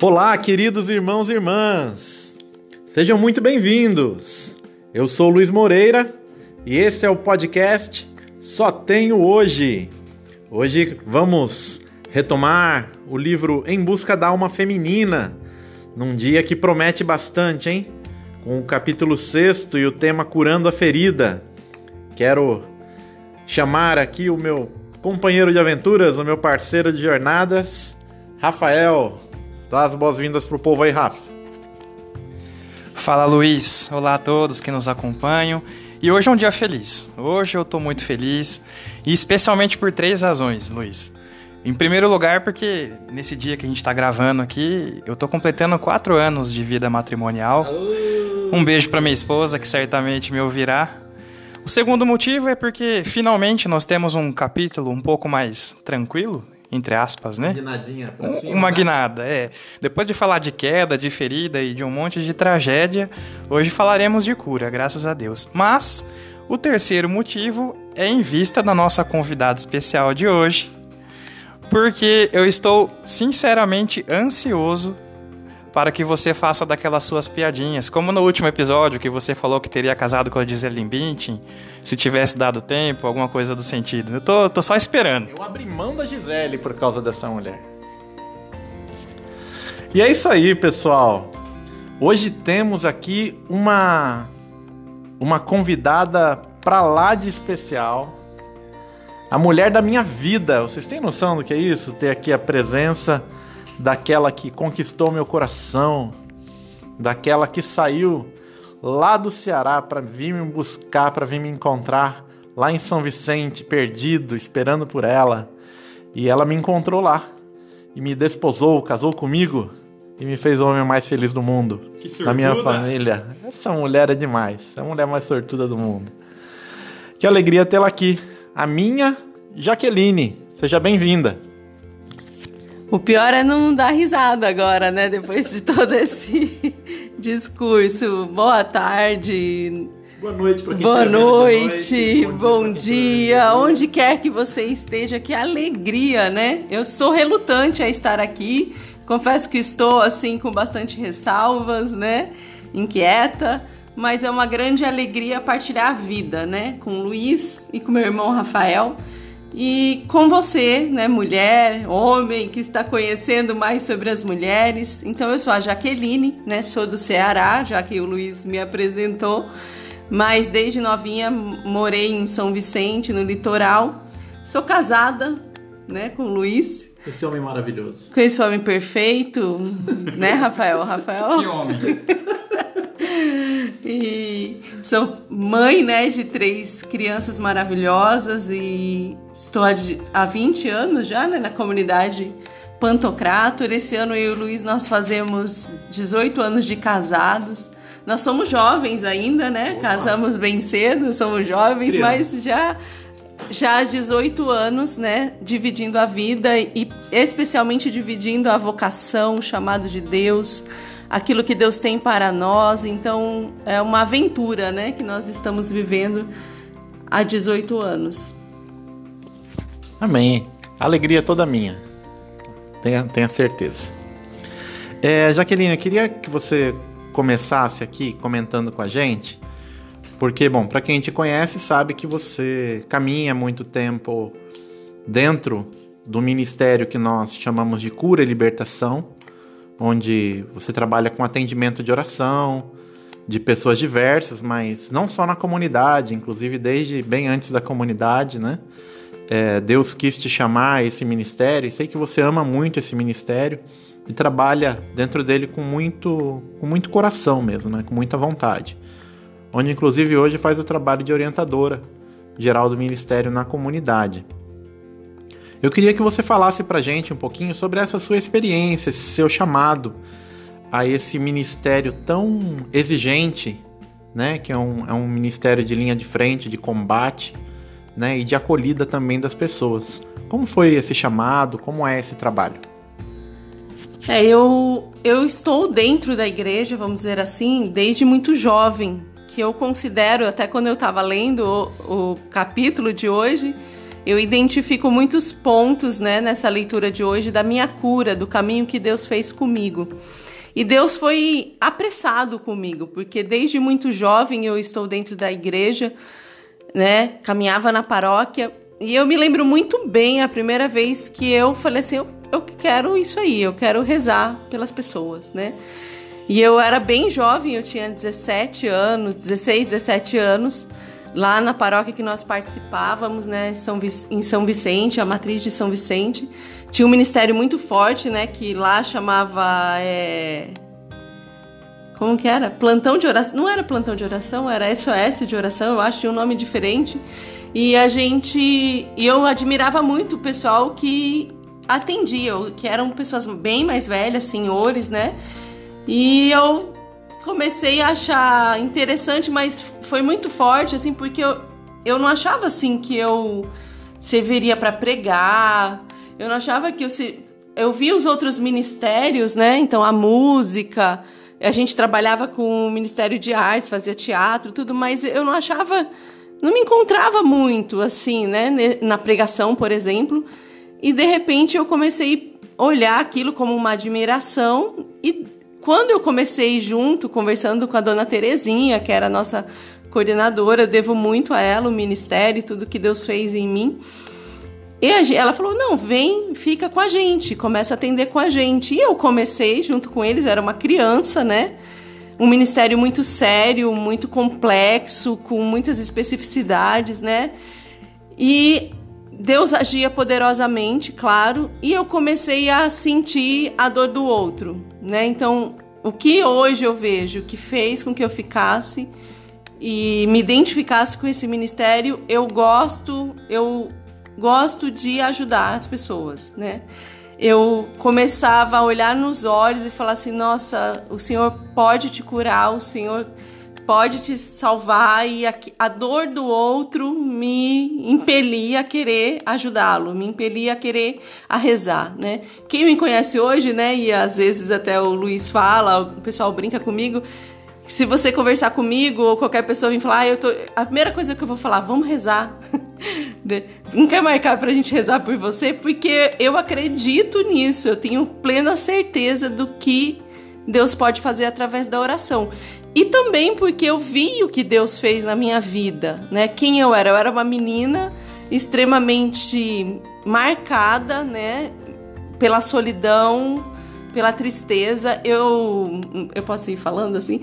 Olá, queridos irmãos e irmãs, sejam muito bem-vindos. Eu sou Luiz Moreira e esse é o podcast Só Tenho Hoje. Hoje vamos retomar o livro Em Busca da Alma Feminina, num dia que promete bastante, hein? Com o capítulo 6 e o tema Curando a Ferida. Quero chamar aqui o meu companheiro de aventuras, o meu parceiro de jornadas, Rafael. Dá as boas-vindas pro povo aí, Rafa. Fala, Luiz. Olá a todos que nos acompanham. E hoje é um dia feliz. Hoje eu tô muito feliz. E especialmente por 3 razões, Luiz. Em primeiro lugar, porque nesse dia que a gente tá gravando aqui, eu tô completando 4 anos de vida matrimonial. Um beijo pra minha esposa, que certamente me ouvirá. O segundo motivo é porque finalmente nós temos um capítulo um pouco mais tranquilo, entre aspas, né? Guinadinha pra cima, uma né? guinada, é. Depois de falar de queda, de ferida e de um monte de tragédia, hoje falaremos de cura, graças a Deus. Mas o terceiro motivo é em vista da nossa convidada especial de hoje, porque eu estou sinceramente ansioso para que você faça daquelas suas piadinhas. Como no último episódio que você falou que teria casado com a Gisele Bündchen, se tivesse dado tempo, alguma coisa do sentido. Eu tô só esperando. Eu abri mão da Gisele por causa dessa mulher. E é isso aí, pessoal. Hoje temos aqui uma convidada pra lá de especial. A mulher da minha vida. Vocês têm noção do que é isso? Ter aqui a presença daquela que conquistou meu coração, daquela que saiu lá do Ceará para vir me buscar, para vir me encontrar lá em São Vicente, perdido, esperando por ela. E ela me encontrou lá e me desposou, casou comigo e me fez o homem mais feliz do mundo. Que sortuda! Na minha família. Essa mulher é demais, é a mulher mais sortuda do mundo. Que alegria tê-la aqui, a minha Jaqueline. Seja bem-vinda. O pior é não dar risada agora, né? Depois de todo esse discurso. Boa tarde. Boa noite para quem Boa noite. Bom dia. Onde quer que você esteja, que alegria, né? Eu sou relutante a estar aqui. Confesso que estou, assim, com bastante ressalvas, né? Inquieta. Mas é uma grande alegria partilhar a vida, né? Com o Luiz e com meu irmão Rafael. E com você, né, mulher, homem, que está conhecendo mais sobre as mulheres. Então eu sou a Jaqueline, né, sou do Ceará, já que o Luiz me apresentou. Mas desde novinha morei em São Vicente, no litoral. Sou casada, né, com o Luiz. Esse homem maravilhoso. Com esse homem perfeito, né, Rafael? Que homem! E sou mãe, né, de 3 crianças maravilhosas e estou há 20 anos já, né, na comunidade Pantocrator. Esse ano eu e o Luiz nós fazemos 18 anos de casados. Nós somos jovens ainda, né? Opa. Casamos bem cedo, somos jovens, criança. Mas já há 18 anos, né, dividindo a vida e especialmente dividindo a vocação, o chamado de Deus, aquilo que Deus tem para nós. Então é uma aventura, né, que nós estamos vivendo há 18 anos. Amém. A alegria é toda minha. Tenha certeza. Jaqueline, eu queria que você começasse aqui comentando com a gente, porque, bom, para quem te conhece sabe que você caminha há muito tempo dentro do ministério que nós chamamos de Cura e Libertação, onde você trabalha com atendimento de oração, de pessoas diversas, mas não só na comunidade, inclusive desde bem antes da comunidade, né? Deus quis te chamar a esse ministério, e sei que você ama muito esse ministério e trabalha dentro dele com muito coração mesmo, né? Com muita vontade. Onde inclusive hoje faz o trabalho de orientadora geral do ministério na comunidade. Eu queria que você falasse pra gente um pouquinho sobre essa sua experiência, esse seu chamado a esse ministério tão exigente, né? Que é um ministério de linha de frente, de combate, né? E de acolhida também das pessoas. Como foi esse chamado? Como é esse trabalho? Eu estou dentro da igreja, vamos dizer assim, desde muito jovem, que eu considero, até quando eu estava lendo o capítulo de hoje, eu identifico muitos pontos, né, nessa leitura de hoje da minha cura, do caminho que Deus fez comigo. E Deus foi apressado comigo, porque desde muito jovem eu estou dentro da igreja, né, caminhava na paróquia, e eu me lembro muito bem a primeira vez que eu falei assim, eu quero isso aí, eu quero rezar pelas pessoas, né? E eu era bem jovem, eu tinha 16, 17 anos, lá na paróquia que nós participávamos, né, em São Vicente, a matriz de São Vicente. Tinha um ministério muito forte, né, que lá chamava... Como que era? Plantão de oração. Não era plantão de oração, era SOS de oração, eu acho, tinha um nome diferente. E eu admirava muito o pessoal que atendia, que eram pessoas bem mais velhas, senhores, né? E eu comecei a achar interessante, mas foi muito forte, assim, porque eu não achava, assim, que eu serviria para pregar, eu não achava que eu via os outros ministérios, né? Então, a música, a gente trabalhava com o Ministério de Artes, fazia teatro, tudo, mas eu não me encontrava muito, assim, né? Na pregação, por exemplo, e de repente eu comecei a olhar aquilo como uma admiração. E quando eu comecei conversando com a dona Terezinha, que era a nossa coordenadora, eu devo muito a ela, o ministério e tudo que Deus fez em mim. E ela falou, não, vem, fica com a gente, começa a atender com a gente. E eu comecei junto com eles, era uma criança, né? Um ministério muito sério, muito complexo, com muitas especificidades, né? E Deus agia poderosamente, claro, e eu comecei a sentir a dor do outro, né? Então, o que hoje eu vejo que fez com que eu ficasse e me identificasse com esse ministério, eu gosto de ajudar as pessoas, né? Eu começava a olhar nos olhos e falar assim, nossa, o Senhor pode te curar, o Senhor pode te salvar, e a dor do outro me impelia a querer ajudá-lo, me impelia a querer rezar, né? Quem me conhece hoje, né, e às vezes até o Luiz fala, o pessoal brinca comigo, se você conversar comigo ou qualquer pessoa vir falar, a primeira coisa que eu vou falar, vamos rezar. Não quer marcar pra gente rezar por você? Porque eu acredito nisso, eu tenho plena certeza do que Deus pode fazer através da oração. E também porque eu vi o que Deus fez na minha vida, né? Quem eu era uma menina extremamente marcada, né? Pela solidão, pela tristeza. Eu posso ir falando assim?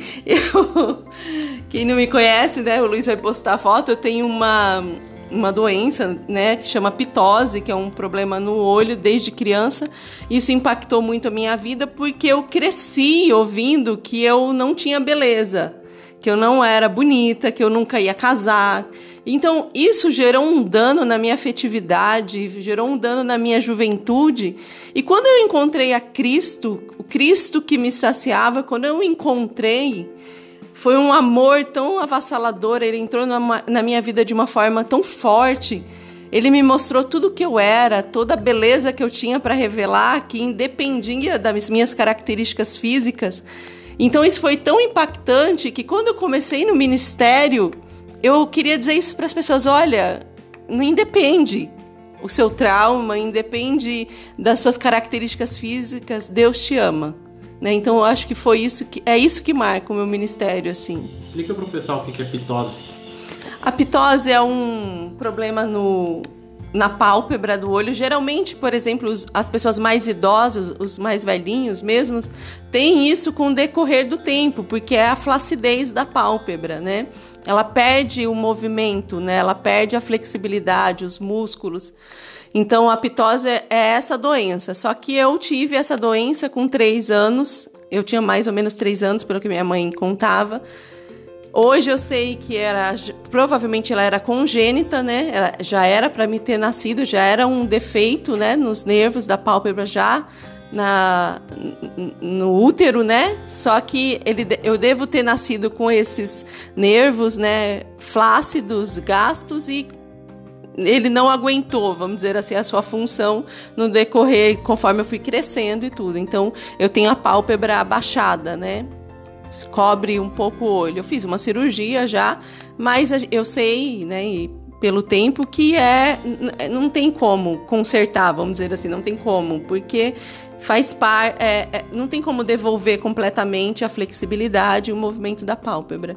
Quem não me conhece, né? O Luiz vai postar a foto. Eu tenho uma doença, né, que chama pitose, que é um problema no olho desde criança. Isso impactou muito a minha vida porque eu cresci ouvindo que eu não tinha beleza, que eu não era bonita, que eu nunca ia casar. Então, isso gerou um dano na minha afetividade, gerou um dano na minha juventude. E quando eu encontrei a Cristo, o Cristo que me saciava, quando eu encontrei, foi um amor tão avassalador, ele entrou na minha vida de uma forma tão forte. Ele me mostrou tudo o que eu era, toda a beleza que eu tinha para revelar, que independia das minhas características físicas. Então isso foi tão impactante que quando eu comecei no ministério, eu queria dizer isso para as pessoas, olha, não independe o seu trauma, independe das suas características físicas, Deus te ama. Né? Então eu acho que é isso que marca o meu ministério, assim. Explica para o pessoal o que é pitose. A pitose é um problema na pálpebra do olho. Geralmente, por exemplo, as pessoas mais idosas, os mais velhinhos mesmo, têm isso com o decorrer do tempo, porque é a flacidez da pálpebra, né? Ela perde o movimento, né? Ela perde a flexibilidade, os músculos. Então, a pitose é essa doença. Só que eu tive essa doença com 3 anos. Eu tinha mais ou menos 3 anos, pelo que minha mãe contava. Hoje eu sei que provavelmente ela era congênita, né? Ela já era para me ter nascido, já era um defeito, né? Nos nervos da pálpebra já no útero, né? Só que eu devo ter nascido com esses nervos, né? Flácidos, gastos, e ele não aguentou, vamos dizer assim, a sua função no decorrer, conforme eu fui crescendo e tudo. Então, eu tenho a pálpebra abaixada, né? Cobre um pouco o olho. Eu fiz uma cirurgia já, mas eu sei, né? E pelo tempo, que não tem como consertar, vamos dizer assim, não tem como, porque faz parte, não tem como devolver completamente a flexibilidade e o movimento da pálpebra.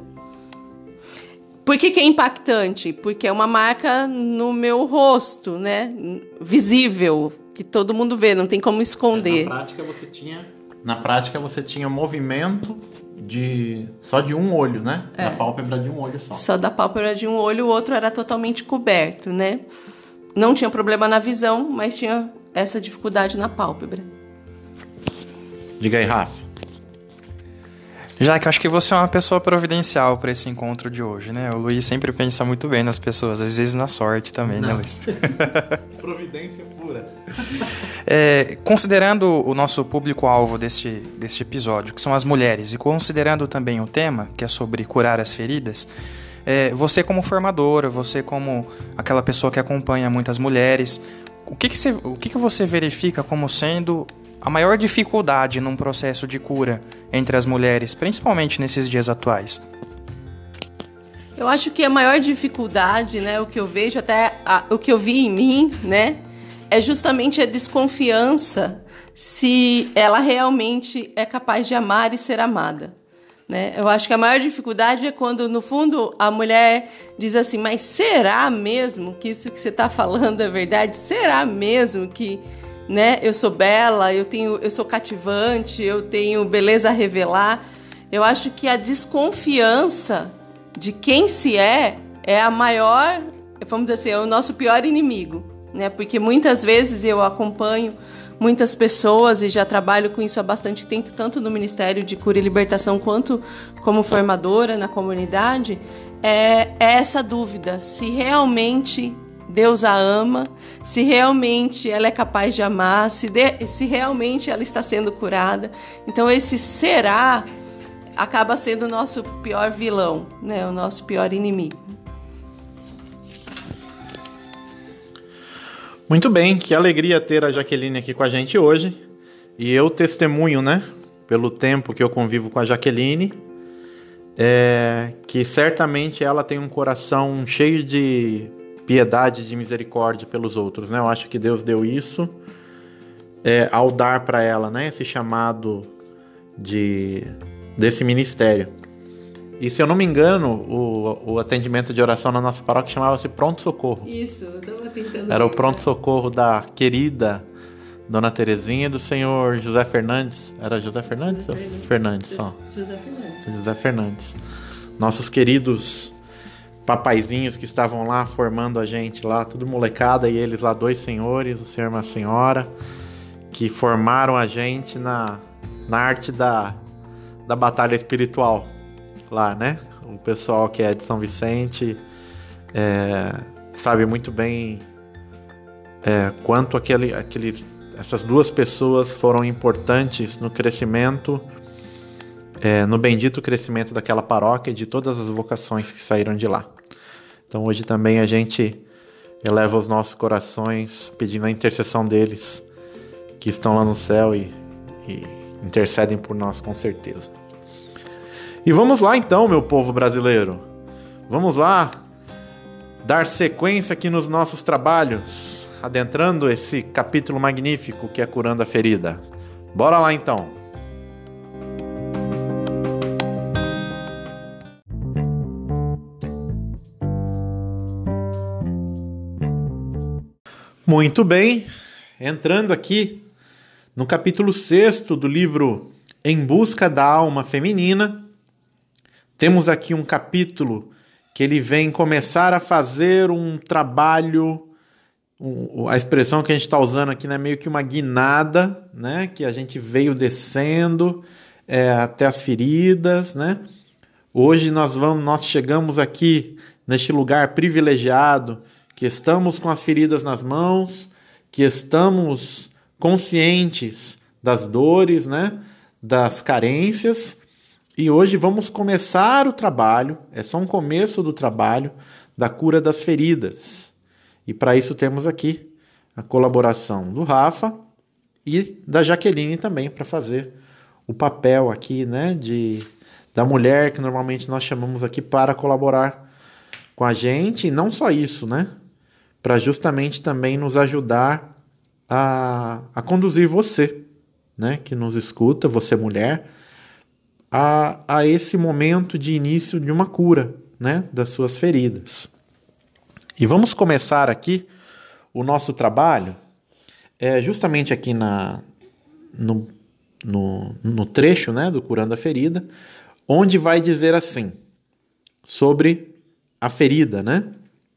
Por que é impactante? Porque é uma marca no meu rosto, né? Visível, que todo mundo vê, não tem como esconder. Na prática você tinha movimento só de um olho, né? Da pálpebra de um olho só. Só da pálpebra de um olho, o outro era totalmente coberto, né? Não tinha problema na visão, mas tinha essa dificuldade na pálpebra. Diga aí, Rafa. Jaque, eu acho que você é uma pessoa providencial para esse encontro de hoje, né? O Luiz sempre pensa muito bem nas pessoas, às vezes na sorte também, né, Luiz? Providência pura. Considerando o nosso público-alvo deste episódio, que são as mulheres, e considerando também o tema, que é sobre curar as feridas, você como formadora, você como aquela pessoa que acompanha muitas mulheres, o que você verifica como sendo a maior dificuldade num processo de cura entre as mulheres, principalmente nesses dias atuais? Eu acho que a maior dificuldade, né, o que eu vejo, o que eu vi em mim, né, é justamente a desconfiança se ela realmente é capaz de amar e ser amada, né? Eu acho que a maior dificuldade é quando, no fundo, a mulher diz assim, mas será mesmo que isso que você está falando é verdade? Será mesmo que, né, eu sou bela, eu sou cativante, eu tenho beleza a revelar? Eu acho que a desconfiança de quem se é a maior, vamos dizer assim, é o nosso pior inimigo, né? Porque muitas vezes eu acompanho muitas pessoas e já trabalho com isso há bastante tempo, tanto no Ministério de Cura e Libertação quanto como formadora na comunidade, é essa dúvida, se realmente Deus a ama, se realmente ela é capaz de amar, se realmente ela está sendo curada. Então esse será acaba sendo o nosso pior vilão, né? O nosso pior inimigo. Muito bem, que alegria ter a Jaqueline aqui com a gente hoje. E eu testemunho, né, pelo tempo que eu convivo com a Jaqueline, que certamente ela tem um coração cheio de piedade, de misericórdia pelos outros, né? Eu acho que Deus deu isso ao dar para ela, né, esse chamado desse ministério. E se eu não me engano, o atendimento de oração na nossa paróquia chamava-se Pronto Socorro. Isso, eu estava tentando. Era o Pronto Socorro da querida Dona Terezinha e do senhor José Fernandes. Era José Fernandes? Fernandes só. José Fernandes. Nossos queridos papaizinhos que estavam lá formando a gente lá, tudo molecada, e eles lá, 2 senhores, o senhor e uma senhora, que formaram a gente na arte da batalha espiritual lá, né? O pessoal que é de São Vicente sabe muito bem quanto essas 2 pessoas foram importantes no crescimento, no bendito crescimento daquela paróquia e de todas as vocações que saíram de lá. Então hoje também a gente eleva os nossos corações pedindo a intercessão deles que estão lá no céu e intercedem por nós com certeza. E vamos lá então, meu povo brasileiro. Vamos lá dar sequência aqui nos nossos trabalhos, adentrando esse capítulo magnífico que é Curando a Ferida. Bora lá então. Muito bem, entrando aqui no capítulo 6º do livro Em Busca da Alma Feminina, temos aqui um capítulo que ele vem começar a fazer um trabalho, a expressão que a gente está usando aqui, né, meio que uma guinada, né, que a gente veio descendo até as feridas, né? Hoje nós chegamos aqui neste lugar privilegiado, que estamos com as feridas nas mãos, que estamos conscientes das dores, né, das carências. E hoje vamos começar o trabalho, é só um começo do trabalho da cura das feridas. E para isso temos aqui a colaboração do Rafa e da Jaqueline também para fazer o papel aqui, né, da mulher que normalmente nós chamamos aqui para colaborar com a gente, e não só isso, né? Para justamente também nos ajudar a conduzir você, né? Que nos escuta, você mulher, a esse momento de início de uma cura, né? Das suas feridas. E vamos começar aqui o nosso trabalho, justamente aqui no trecho, né, do Curando a Ferida, onde vai dizer assim, sobre a ferida, né?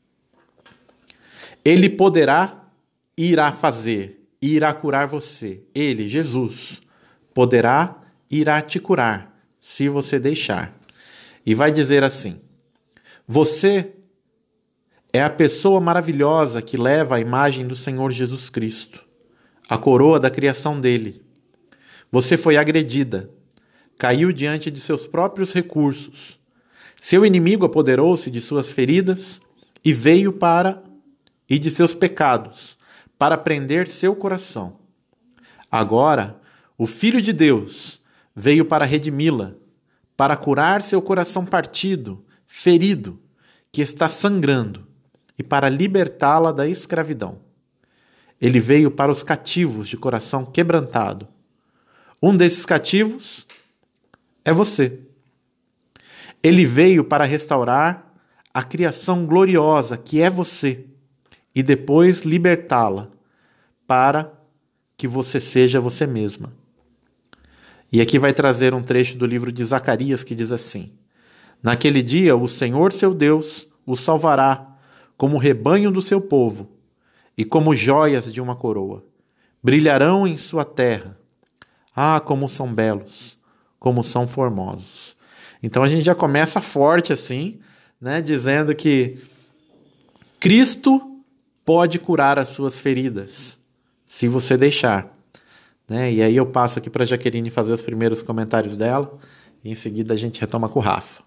Ele poderá e irá fazer, e irá curar você. Ele, Jesus, poderá e irá te curar, se você deixar. E vai dizer assim, você é a pessoa maravilhosa que leva a imagem do Senhor Jesus Cristo, a coroa da criação dele. Você foi agredida, caiu diante de seus próprios recursos. Seu inimigo apoderou-se de suas feridas e e de seus pecados, para prender seu coração. Agora, o Filho de Deus veio para redimi-la, para curar seu coração partido, ferido, que está sangrando, e para libertá-la da escravidão. Ele veio para os cativos de coração quebrantado. Um desses cativos é você. Ele veio para restaurar a criação gloriosa que é você e depois libertá-la para que você seja você mesma. E aqui vai trazer um trecho do livro de Zacarias que diz assim: naquele dia o Senhor seu Deus o salvará como rebanho do seu povo e como joias de uma coroa. Brilharão em sua terra. Ah, como são belos, como são formosos. Então a gente já começa forte assim, né, dizendo que Cristo pode curar as suas feridas, se você deixar. Né? E aí eu passo aqui para a Jaqueline fazer os primeiros comentários dela, e em seguida a gente retoma com o Rafa.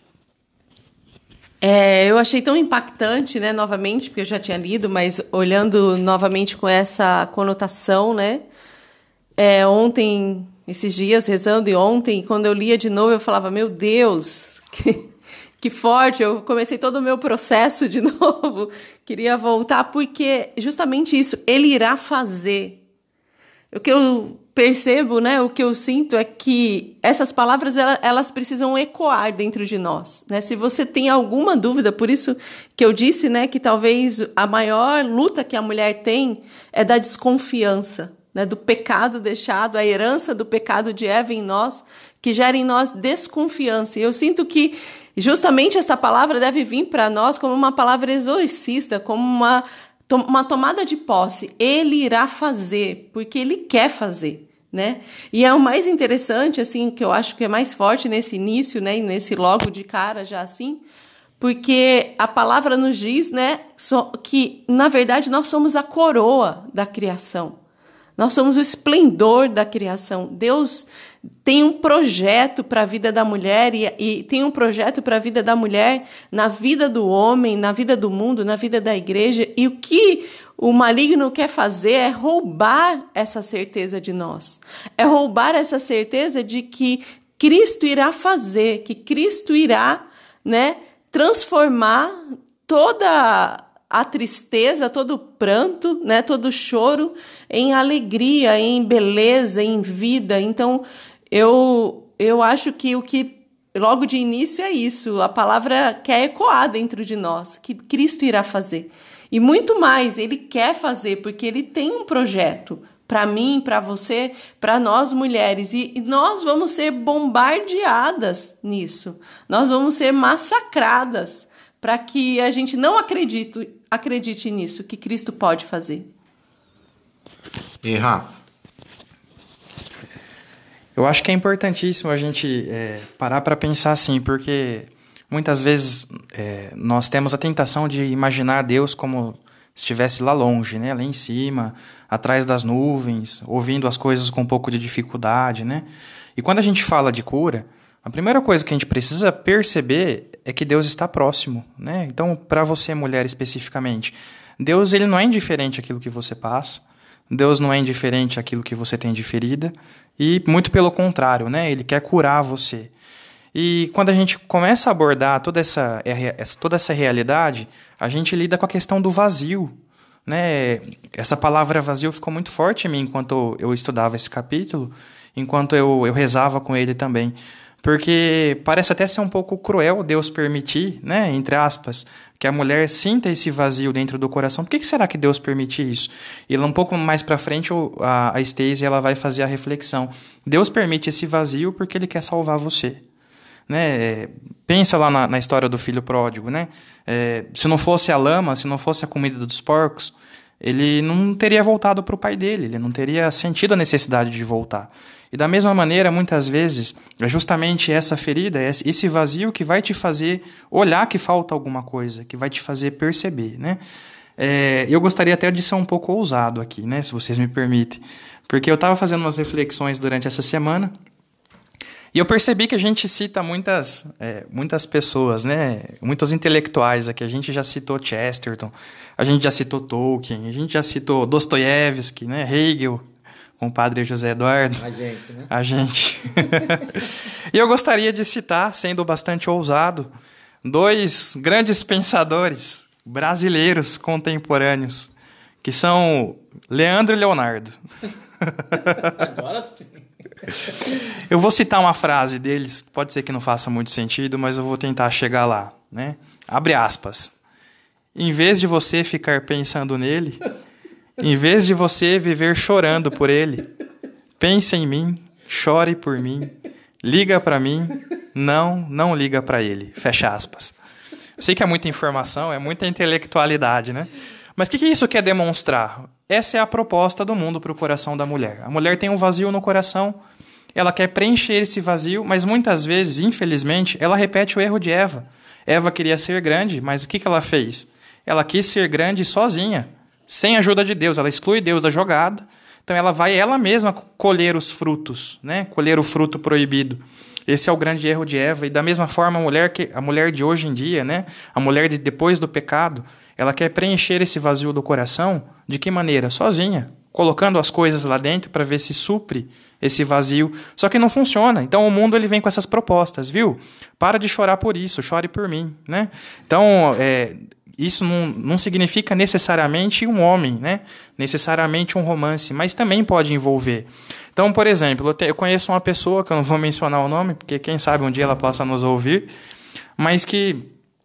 Eu achei tão impactante, né, novamente, porque eu já tinha lido, mas olhando novamente com essa conotação, né? Ontem, esses dias, rezando, e ontem, quando eu lia de novo, eu falava, meu Deus, que forte, eu comecei todo o meu processo de novo, queria voltar, porque justamente isso, ele irá fazer. O que eu percebo, né, o que eu sinto é que essas palavras elas precisam ecoar dentro de nós, né? Se você tem alguma dúvida, por isso que eu disse, né, que talvez a maior luta que a mulher tem é da desconfiança, né, do pecado deixado, a herança do pecado de Eva em nós, que gera em nós desconfiança. E eu sinto que justamente essa palavra deve vir para nós como uma palavra exorcista, como uma tomada de posse. Ele irá fazer, porque ele quer fazer, né? E é o mais interessante, assim, que eu acho que é mais forte nesse início, né, e nesse logo de cara já assim, porque a palavra nos diz, né, que, na verdade, nós somos a coroa da criação. Nós somos o esplendor da criação. Deus tem um projeto para a vida da mulher e tem um projeto para a vida da mulher na vida do homem, na vida do mundo, na vida da igreja. E o que o maligno quer fazer é roubar essa certeza de nós. É roubar essa certeza de que Cristo irá fazer, que Cristo irá, né, transformar toda a tristeza, todo o pranto, né, todo o choro em alegria, em beleza, em vida. Então, eu acho que o que logo de início é isso, a palavra quer ecoar dentro de nós, que Cristo irá fazer. E muito mais, ele quer fazer, porque ele tem um projeto para mim, para você, para nós mulheres. E nós vamos ser bombardeadas nisso, nós vamos ser massacradas para que a gente não acredite nisso, que Cristo pode fazer. E Rafa? Eu acho que é importantíssimo a gente parar para pensar assim, porque muitas vezes nós temos a tentação de imaginar Deus como se estivesse lá longe, né? Lá em cima, atrás das nuvens, ouvindo as coisas com um pouco de dificuldade, né? E quando a gente fala de cura, a primeira coisa que a gente precisa perceber é que Deus está próximo, né? Então, para você, mulher, especificamente, Deus ele não é indiferente àquilo que você passa, Deus não é indiferente àquilo que você tem de ferida, e muito pelo contrário, né? Ele quer curar você. E quando a gente começa a abordar toda essa realidade, a gente lida com a questão do vazio, né? Essa palavra vazio ficou muito forte em mim enquanto eu estudava esse capítulo, enquanto eu rezava com ele também. Porque parece até ser um pouco cruel Deus permitir, né, entre aspas, que a mulher sinta esse vazio dentro do coração. Por que será que Deus permite isso? E um pouco mais para frente a Stacey ela vai fazer a reflexão. Deus permite esse vazio porque Ele quer salvar você. Né? Pensa lá na história do filho pródigo. Né? Se não fosse a lama, se não fosse a comida dos porcos, ele não teria voltado para o pai dele, ele não teria sentido a necessidade de voltar. E da mesma maneira, muitas vezes, é justamente essa ferida, esse vazio que vai te fazer olhar que falta alguma coisa, que vai te fazer perceber. Né? Eu gostaria até de ser um pouco ousado aqui, né, se vocês me permitem, porque eu estava fazendo umas reflexões durante essa semana, e eu percebi que a gente cita muitas pessoas, né? Muitos intelectuais aqui. A gente já citou Chesterton, a gente já citou Tolkien, a gente já citou Dostoiévski, né? Hegel, com o padre José Eduardo. A gente, né? A gente. E eu gostaria de citar, sendo bastante ousado, 2 grandes pensadores brasileiros contemporâneos, que são Leandro e Leonardo. Agora sim. Eu vou citar uma frase deles, pode ser que não faça muito sentido, mas eu vou tentar chegar lá, né? Abre aspas. Em vez de você ficar pensando nele, em vez de você viver chorando por ele, pense em mim, chore por mim, liga para mim, não liga para ele. Fecha aspas. Eu sei que é muita informação, é muita intelectualidade, né? Mas o que isso quer demonstrar? Essa é a proposta do mundo para o coração da mulher. A mulher tem um vazio no coração, ela quer preencher esse vazio, mas muitas vezes, infelizmente, ela repete o erro de Eva. Eva queria ser grande, mas o que ela fez? Ela quis ser grande sozinha, sem a ajuda de Deus. Ela exclui Deus da jogada, então ela vai ela mesma colher os frutos, né? Colher o fruto proibido. Esse é o grande erro de Eva. E da mesma forma, a mulher de hoje em dia, né? A mulher depois do pecado, ela quer preencher esse vazio do coração. De que maneira? Sozinha, colocando as coisas lá dentro para ver se supre esse vazio. Só que não funciona. Então o mundo ele vem com essas propostas, viu? Para de chorar por isso, chore por mim, né? Então, isso não significa necessariamente um homem, né? Necessariamente um romance, mas também pode envolver. Então, por exemplo, eu conheço uma pessoa, que eu não vou mencionar o nome, porque quem sabe um dia ela possa nos ouvir, mas que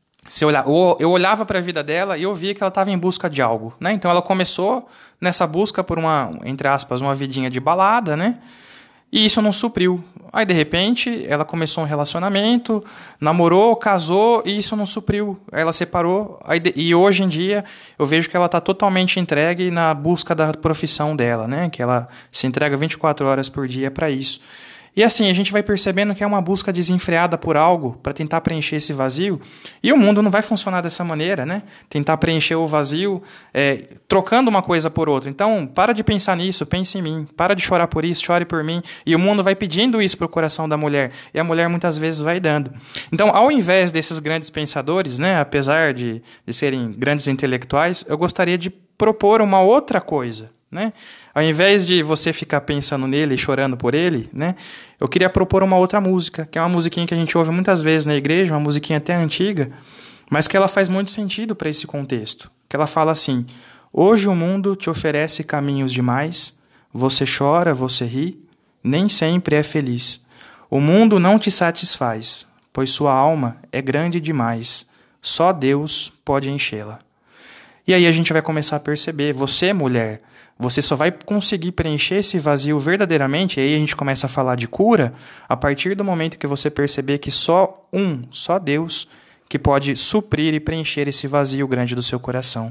eu olhava para a vida dela e eu via que ela estava em busca de algo, né? Então ela começou nessa busca por entre aspas, uma vidinha de balada, né? E isso não supriu. Aí, de repente, ela começou um relacionamento, namorou, casou, e isso não supriu. Aí ela separou, e hoje em dia eu vejo que ela está totalmente entregue na busca da profissão dela, né? Que ela se entrega 24 horas por dia para isso. E assim, a gente vai percebendo que é uma busca desenfreada por algo para tentar preencher esse vazio. E o mundo não vai funcionar dessa maneira, né? Tentar preencher o vazio trocando uma coisa por outra. Então, para de pensar nisso, pense em mim. Para de chorar por isso, chore por mim. E o mundo vai pedindo isso para o coração da mulher. E a mulher muitas vezes vai dando. Então, ao invés desses grandes pensadores, né, apesar de serem grandes intelectuais, eu gostaria de propor uma outra coisa, né? Ao invés de você ficar pensando nele e chorando por ele, né, eu queria propor uma outra música, que é uma musiquinha que a gente ouve muitas vezes na igreja, uma musiquinha até antiga, mas que ela faz muito sentido para esse contexto. Que ela fala assim: hoje o mundo te oferece caminhos demais, você chora, você ri, nem sempre é feliz. O mundo não te satisfaz, pois sua alma é grande demais, só Deus pode enchê-la. E aí a gente vai começar a perceber, você, mulher, você só vai conseguir preencher esse vazio verdadeiramente, e aí a gente começa a falar de cura, a partir do momento que você perceber que só Deus, que pode suprir e preencher esse vazio grande do seu coração.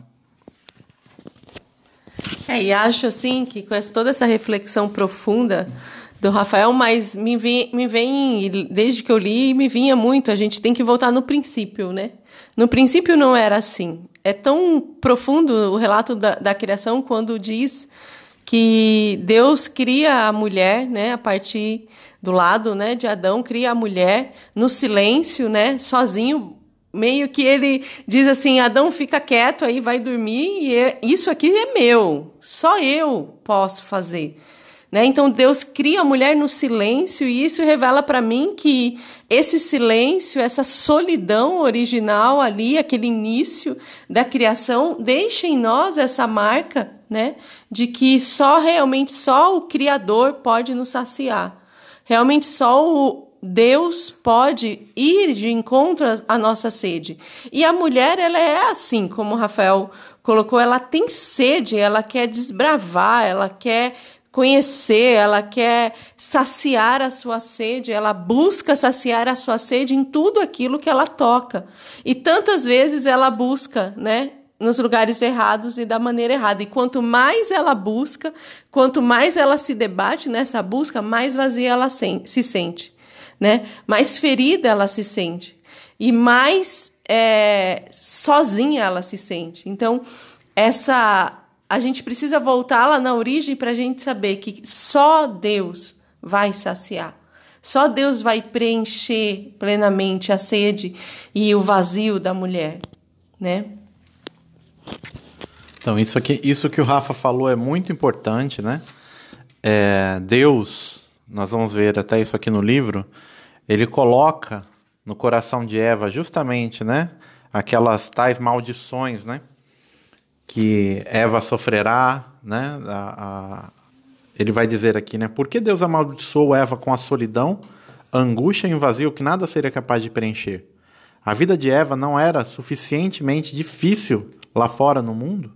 E acho assim que com toda essa reflexão profunda do Rafael, mas me vem, desde que eu li, me vinha muito, a gente tem que voltar no princípio, né? No princípio não era assim. É tão profundo o relato da criação quando diz que Deus cria a mulher, né, a partir do lado, né, de Adão, cria a mulher no silêncio, né, sozinho, meio que ele diz assim: Adão, fica quieto aí, vai dormir, e isso aqui é meu, só eu posso fazer. né? Então Deus cria a mulher no silêncio, e isso revela para mim que esse silêncio, essa solidão original ali, aquele início da criação, deixa em nós essa marca, né, de que realmente só o Criador pode nos saciar. Realmente só o Deus pode ir de encontro à nossa sede. E a mulher, ela é assim, como o Rafael colocou, ela tem sede, ela quer desbravar, ela quer conhecer, ela quer saciar a sua sede, ela busca saciar a sua sede em tudo aquilo que ela toca. E tantas vezes ela busca, né, nos lugares errados e da maneira errada. E quanto mais ela busca, quanto mais ela se debate nessa busca, mais vazia ela se sente, né? Mais ferida ela se sente. E mais sozinha ela se sente. Então, a gente precisa voltar lá na origem para a gente saber que só Deus vai saciar. Só Deus vai preencher plenamente a sede e o vazio da mulher, né? Então, isso que o Rafa falou é muito importante, né? Deus, nós vamos ver até isso aqui no livro, ele coloca no coração de Eva justamente, né, aquelas tais maldições, né, que Eva sofrerá, né? Ele vai dizer aqui, né? Por que Deus amaldiçoou Eva com a solidão, a angústia e um vazio que nada seria capaz de preencher? A vida de Eva não era suficientemente difícil lá fora no mundo?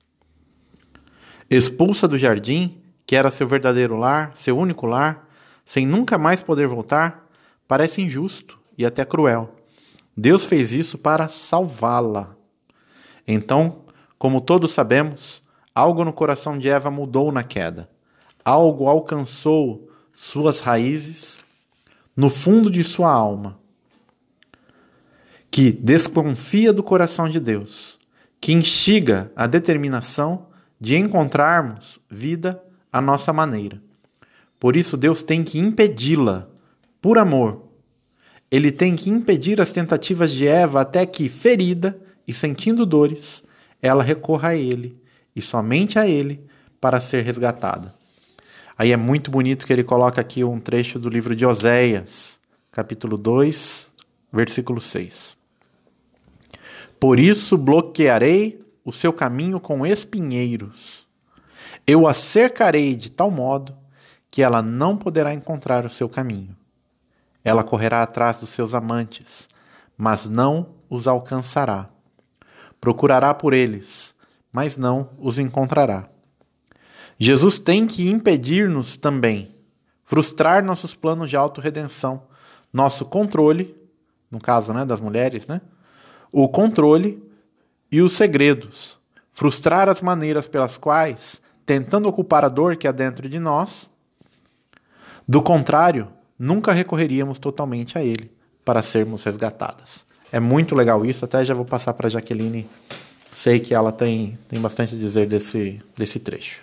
Expulsa do jardim, que era seu verdadeiro lar, seu único lar, sem nunca mais poder voltar, parece injusto e até cruel. Deus fez isso para salvá-la. Então, como todos sabemos, algo no coração de Eva mudou na queda. Algo alcançou suas raízes no fundo de sua alma, que desconfia do coração de Deus, que instiga a determinação de encontrarmos vida à nossa maneira. Por isso Deus tem que impedi-la, por amor. Ele tem que impedir as tentativas de Eva até que, ferida e sentindo dores, ela recorra a Ele, e somente a Ele, para ser resgatada. Aí é muito bonito que ele coloca aqui um trecho do livro de Oséias, capítulo 2, versículo 6. Por isso bloquearei o seu caminho com espinheiros. Eu a cercarei de tal modo que ela não poderá encontrar o seu caminho. Ela correrá atrás dos seus amantes, mas não os alcançará. Procurará por eles, mas não os encontrará. Jesus tem que impedir-nos também, frustrar nossos planos de autorredenção, nosso controle, no caso, né, das mulheres, né, o controle e os segredos, frustrar as maneiras pelas quais, tentando ocupar a dor que há dentro de nós, do contrário, nunca recorreríamos totalmente a Ele para sermos resgatadas. É muito legal isso, até já vou passar para a Jaqueline, sei que ela tem bastante a dizer desse trecho.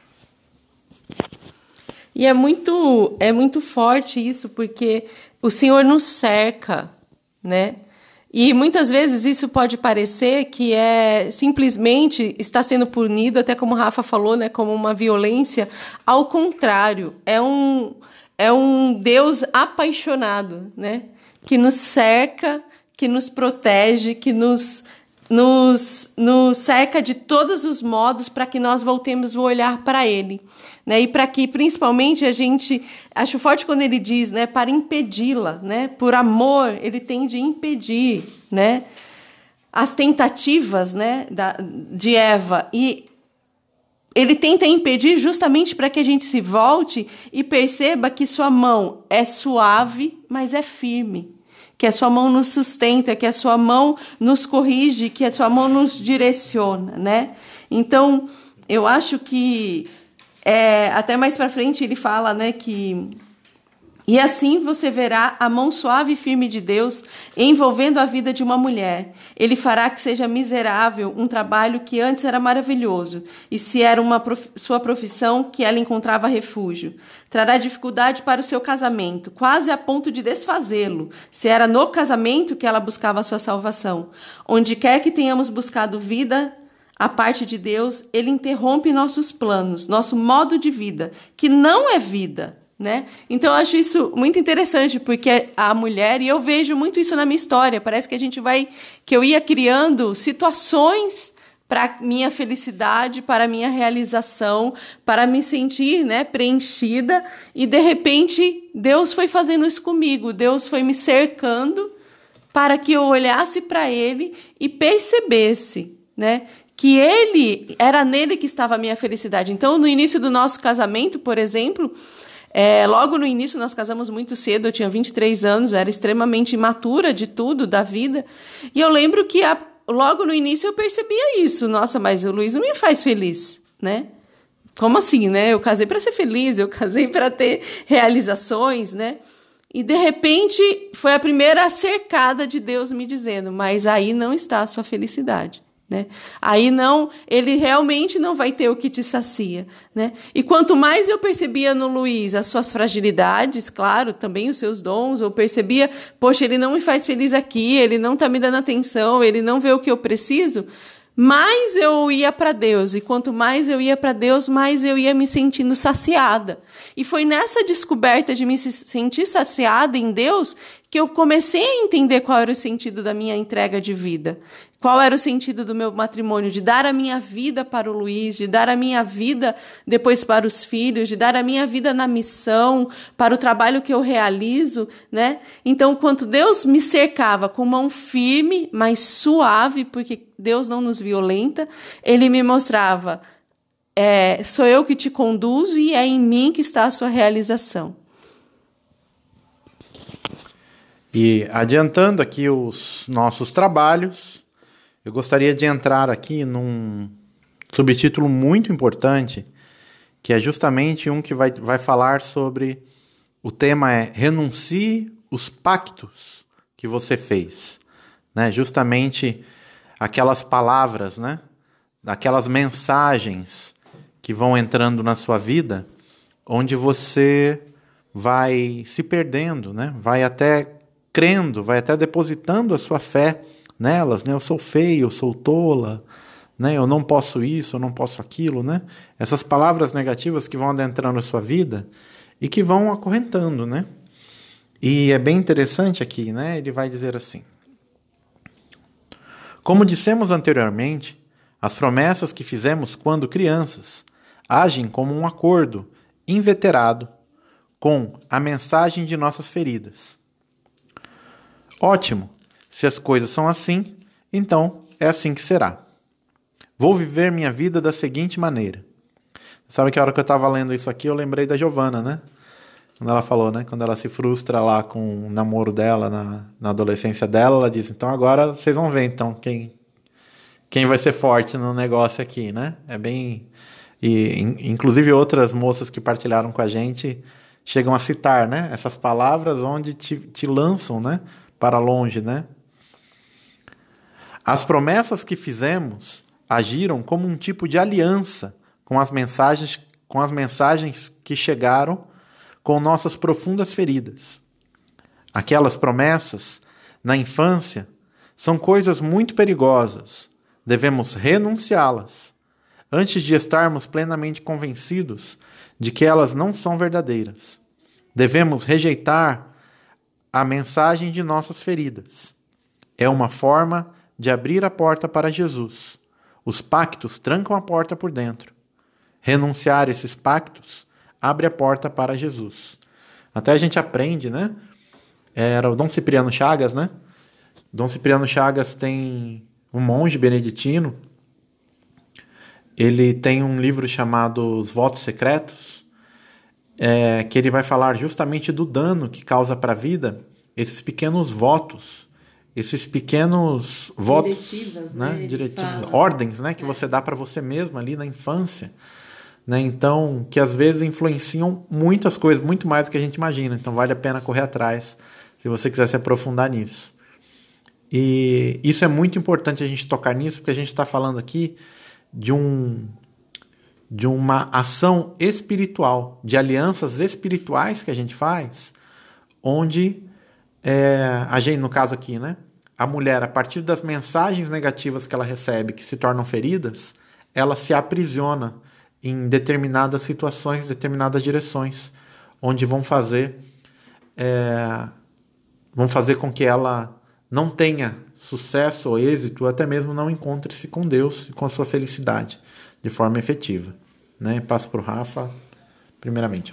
E é muito forte isso, porque o Senhor nos cerca, né? E muitas vezes isso pode parecer que simplesmente está sendo punido, até como o Rafa falou, né, como uma violência. Ao contrário, é um Deus apaixonado, né, que nos cerca, que nos protege, que nos cerca de todos os modos para que nós voltemos o olhar para Ele, né? E para que, principalmente, acho forte quando ele diz, né, para impedi-la, né? Por amor, ele tem de impedir, né, as tentativas, né, de Eva. E ele tenta impedir justamente para que a gente se volte e perceba que sua mão é suave, mas é firme. Que a sua mão nos sustenta, que a sua mão nos corrige, que a sua mão nos direciona, né? Então, eu acho que até mais para frente ele fala, né, que e assim você verá a mão suave e firme de Deus envolvendo a vida de uma mulher. Ele fará que seja miserável um trabalho que antes era maravilhoso, e se era sua profissão que ela encontrava refúgio. Trará dificuldade para o seu casamento, quase a ponto de desfazê-lo, se era no casamento que ela buscava a sua salvação. Onde quer que tenhamos buscado vida, a parte de Deus, ele interrompe nossos planos, nosso modo de vida, que não é vida, né? Então eu acho isso muito interessante, porque a mulher, e eu vejo muito isso na minha história, parece que eu ia criando situações para minha felicidade, para minha realização, para me sentir, né, preenchida, e de repente Deus foi fazendo isso comigo, Deus foi me cercando para que eu olhasse para ele e percebesse, né, que era nele que estava a minha felicidade. Então, no início do nosso casamento, por exemplo, logo no início nós casamos muito cedo, eu tinha 23 anos, eu era extremamente imatura de tudo, da vida, e eu lembro que logo no início eu percebia isso. Nossa, mas o Luiz não me faz feliz, né? Como assim, né? Eu casei para ser feliz, eu casei para ter realizações, né? E, de repente, foi a primeira cercada de Deus me dizendo, mas aí não está a sua felicidade, né? Aí não, ele realmente não vai ter o que te sacia, né? E quanto mais eu percebia no Luiz as suas fragilidades, claro, também os seus dons, eu percebia, poxa, ele não me faz feliz aqui, ele não está me dando atenção, ele não vê o que eu preciso, mais eu ia para Deus, e quanto mais eu ia para Deus, mais eu ia me sentindo saciada. E foi nessa descoberta de me sentir saciada em Deus que eu comecei a entender qual era o sentido da minha entrega de vida, qual era o sentido do meu matrimônio, de dar a minha vida para o Luiz, de dar a minha vida depois para os filhos, de dar a minha vida na missão, para o trabalho que eu realizo, né? Então, quando Deus me cercava com mão firme, mas suave, porque Deus não nos violenta, ele me mostrava, sou eu que te conduzo e é em mim que está a sua realização. E adiantando aqui os nossos trabalhos, eu gostaria de entrar aqui num subtítulo muito importante, que é justamente um que vai falar sobre, o tema é renuncie os pactos que você fez, né? Justamente aquelas palavras, né? Aquelas mensagens que vão entrando na sua vida, onde você vai se perdendo, né? Vai até crendo, vai até depositando a sua fé nelas, né? Eu sou feio, eu sou tola, né? Eu não posso isso, eu não posso aquilo, né? Essas palavras negativas que vão adentrando a sua vida e que vão acorrentando, né? E é bem interessante aqui, né? Ele vai dizer assim: como dissemos anteriormente, as promessas que fizemos quando crianças agem como um acordo inveterado com a mensagem de nossas feridas. Ótimo! Se as coisas são assim, então é assim que será. Vou viver minha vida da seguinte maneira. Sabe que a hora que eu estava lendo isso aqui, eu lembrei da Giovana, né? Quando ela falou, né? Quando ela se frustra lá com o namoro dela, na adolescência dela, ela diz, então agora vocês vão ver então quem vai ser forte no negócio aqui, né? É bem... E inclusive outras moças que partilharam com a gente chegam a citar, né? Essas palavras onde te lançam, né? Para longe, né? As promessas que fizemos agiram como um tipo de aliança com as mensagens que chegaram com nossas profundas feridas. Aquelas promessas, na infância, são coisas muito perigosas. Devemos renunciá-las, antes de estarmos plenamente convencidos de que elas não são verdadeiras. Devemos rejeitar a mensagem de nossas feridas. É uma forma de abrir a porta para Jesus. Os pactos trancam a porta por dentro. Renunciar esses pactos abre a porta para Jesus. Até a gente aprende, né? Era o Dom Cipriano Chagas, né? Dom Cipriano Chagas tem um monge beneditino. Ele tem um livro chamado Os Votos Secretos, que ele vai falar justamente do dano que causa para a vida esses pequenos votos, esses pequenos votos, diretivas, ordens, né, que você dá para você mesmo ali na infância, né? Então, que às vezes influenciam muitas coisas, muito mais do que a gente imagina. Então, vale a pena correr atrás, se você quiser se aprofundar nisso. E isso é muito importante a gente tocar nisso, porque a gente está falando aqui de uma ação espiritual, de alianças espirituais que a gente faz, onde a gente, no caso aqui, né, a mulher, a partir das mensagens negativas que ela recebe, que se tornam feridas, ela se aprisiona em determinadas situações, determinadas direções, onde vão fazer com que ela não tenha sucesso ou êxito, ou até mesmo não encontre-se com Deus e com a sua felicidade de forma efetiva. Né? Passo para o Rafa, primeiramente.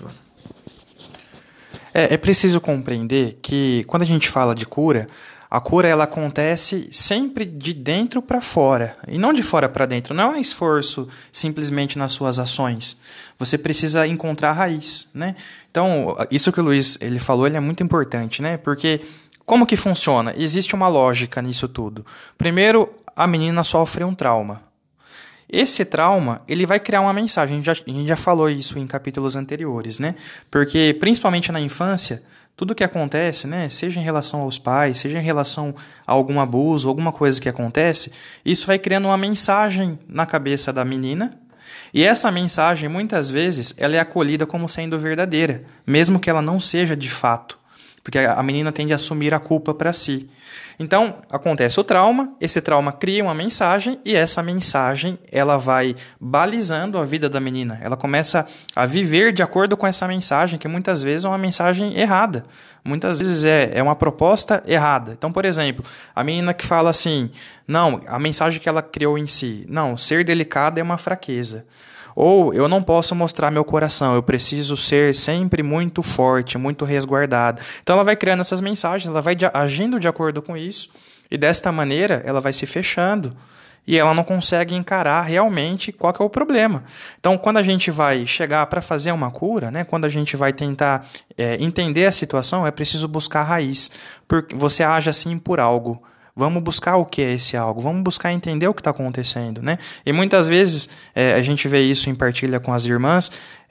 É preciso compreender que quando a gente fala de cura, a cura ela acontece sempre de dentro para fora, e não de fora para dentro. Não é um esforço simplesmente nas suas ações. Você precisa encontrar a raiz, né? Então, isso que o Luiz ele falou, ele é muito importante, né? Porque como que funciona? Existe uma lógica nisso tudo. Primeiro, a menina sofre um trauma. Esse trauma, ele vai criar uma mensagem. A gente já falou isso em capítulos anteriores, né? Porque, principalmente na infância, tudo que acontece, né, seja em relação aos pais, seja em relação a algum abuso, alguma coisa que acontece, isso vai criando uma mensagem na cabeça da menina, e essa mensagem, muitas vezes, ela é acolhida como sendo verdadeira, mesmo que ela não seja de fato, porque a menina tende a assumir a culpa para si. Então, acontece o trauma, esse trauma cria uma mensagem e essa mensagem ela vai balizando a vida da menina. Ela começa a viver de acordo com essa mensagem, que muitas vezes é uma mensagem errada. Muitas vezes é uma proposta errada. Então, por exemplo, a menina que fala assim, não, a mensagem que ela criou em si, não, ser delicada é uma fraqueza. Ou eu não posso mostrar meu coração, eu preciso ser sempre muito forte, muito resguardado. Então ela vai criando essas mensagens, ela vai agindo de acordo com isso, e desta maneira ela vai se fechando, e ela não consegue encarar realmente qual que é o problema. Então quando a gente vai chegar para fazer uma cura, né, quando a gente vai tentar entender a situação, é preciso buscar a raiz, porque você age assim por algo. Vamos buscar o que é esse algo, vamos buscar entender o que está acontecendo, né? E muitas vezes a gente vê isso em partilha com as irmãs,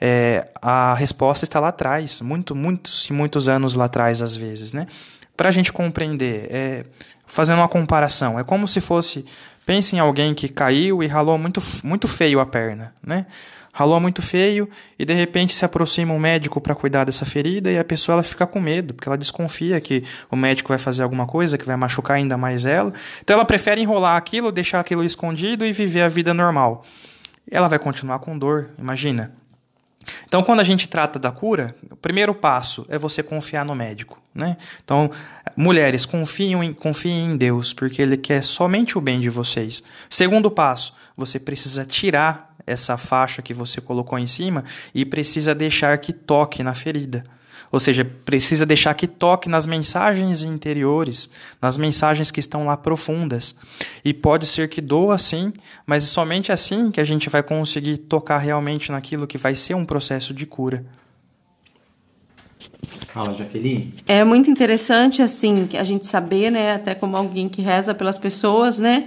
a resposta está lá atrás, muitos anos lá atrás às vezes, né? Para a gente compreender, fazendo uma comparação, é como se fosse, pense em alguém que caiu e ralou muito feio a perna, né? Ralou muito feio e de repente se aproxima um médico para cuidar dessa ferida e a pessoa ela fica com medo, porque ela desconfia que o médico vai fazer alguma coisa que vai machucar ainda mais ela. Então ela prefere enrolar aquilo, deixar aquilo escondido e viver a vida normal. Ela vai continuar com dor, imagina. Então, quando a gente trata da cura, o primeiro passo é você confiar no médico, né? Então, mulheres, confiem em Deus, porque Ele quer somente o bem de vocês. Segundo passo, você precisa tirar essa faixa que você colocou em cima e precisa deixar que toque na ferida. Ou seja, precisa deixar que toque nas mensagens interiores, nas mensagens que estão lá profundas. E pode ser que doa sim, mas é somente assim que a gente vai conseguir tocar realmente naquilo que vai ser um processo de cura. Fala, Jaqueline. É muito interessante, assim, a gente saber, né, até como alguém que reza pelas pessoas, né,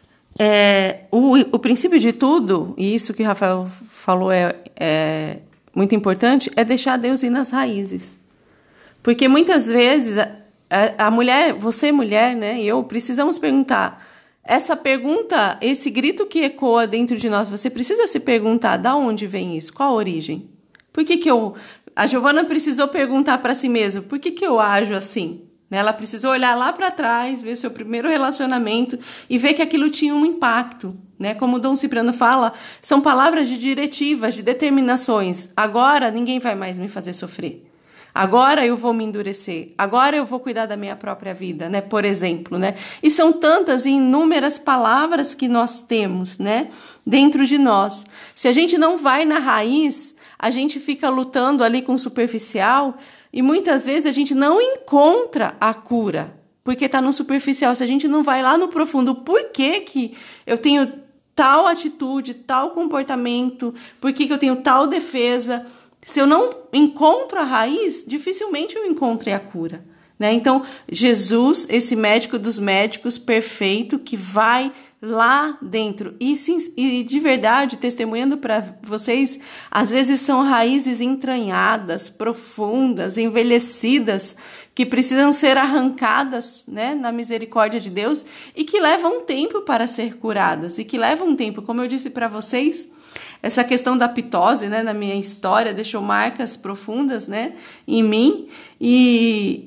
o princípio de tudo, e isso que o Rafael falou é muito importante, é deixar Deus ir nas raízes. Porque muitas vezes a mulher, você mulher, né, e eu, precisamos perguntar. Essa pergunta, esse grito que ecoa dentro de nós, você precisa se perguntar de onde vem isso, qual a origem? Por que a Giovana precisou perguntar para si mesma, por que eu ajo assim? Ela precisou olhar lá para trás, ver seu primeiro relacionamento e ver que aquilo tinha um impacto. Né? Como o Dom Cipriano fala, são palavras de diretivas, de determinações. Agora ninguém vai mais me fazer sofrer. Agora eu vou me endurecer. Agora eu vou cuidar da minha própria vida, né? Por exemplo. Né? E são tantas e inúmeras palavras que nós temos, né, dentro de nós. Se a gente não vai na raiz, a gente fica lutando ali com o superficial. E muitas vezes a gente não encontra a cura, porque está no superficial. Se a gente não vai lá no profundo, por que eu tenho tal atitude, tal comportamento, por que eu tenho tal defesa? Se eu não encontro a raiz, dificilmente eu encontrei a cura. Né? Então, Jesus, esse médico dos médicos, perfeito, que vai lá dentro e de verdade, testemunhando para vocês, às vezes são raízes entranhadas, profundas, envelhecidas, que precisam ser arrancadas, né, na misericórdia de Deus e que levam tempo para ser curadas e que levam tempo, como eu disse para vocês. Essa questão da pitose, né, na minha história deixou marcas profundas, né, em mim, e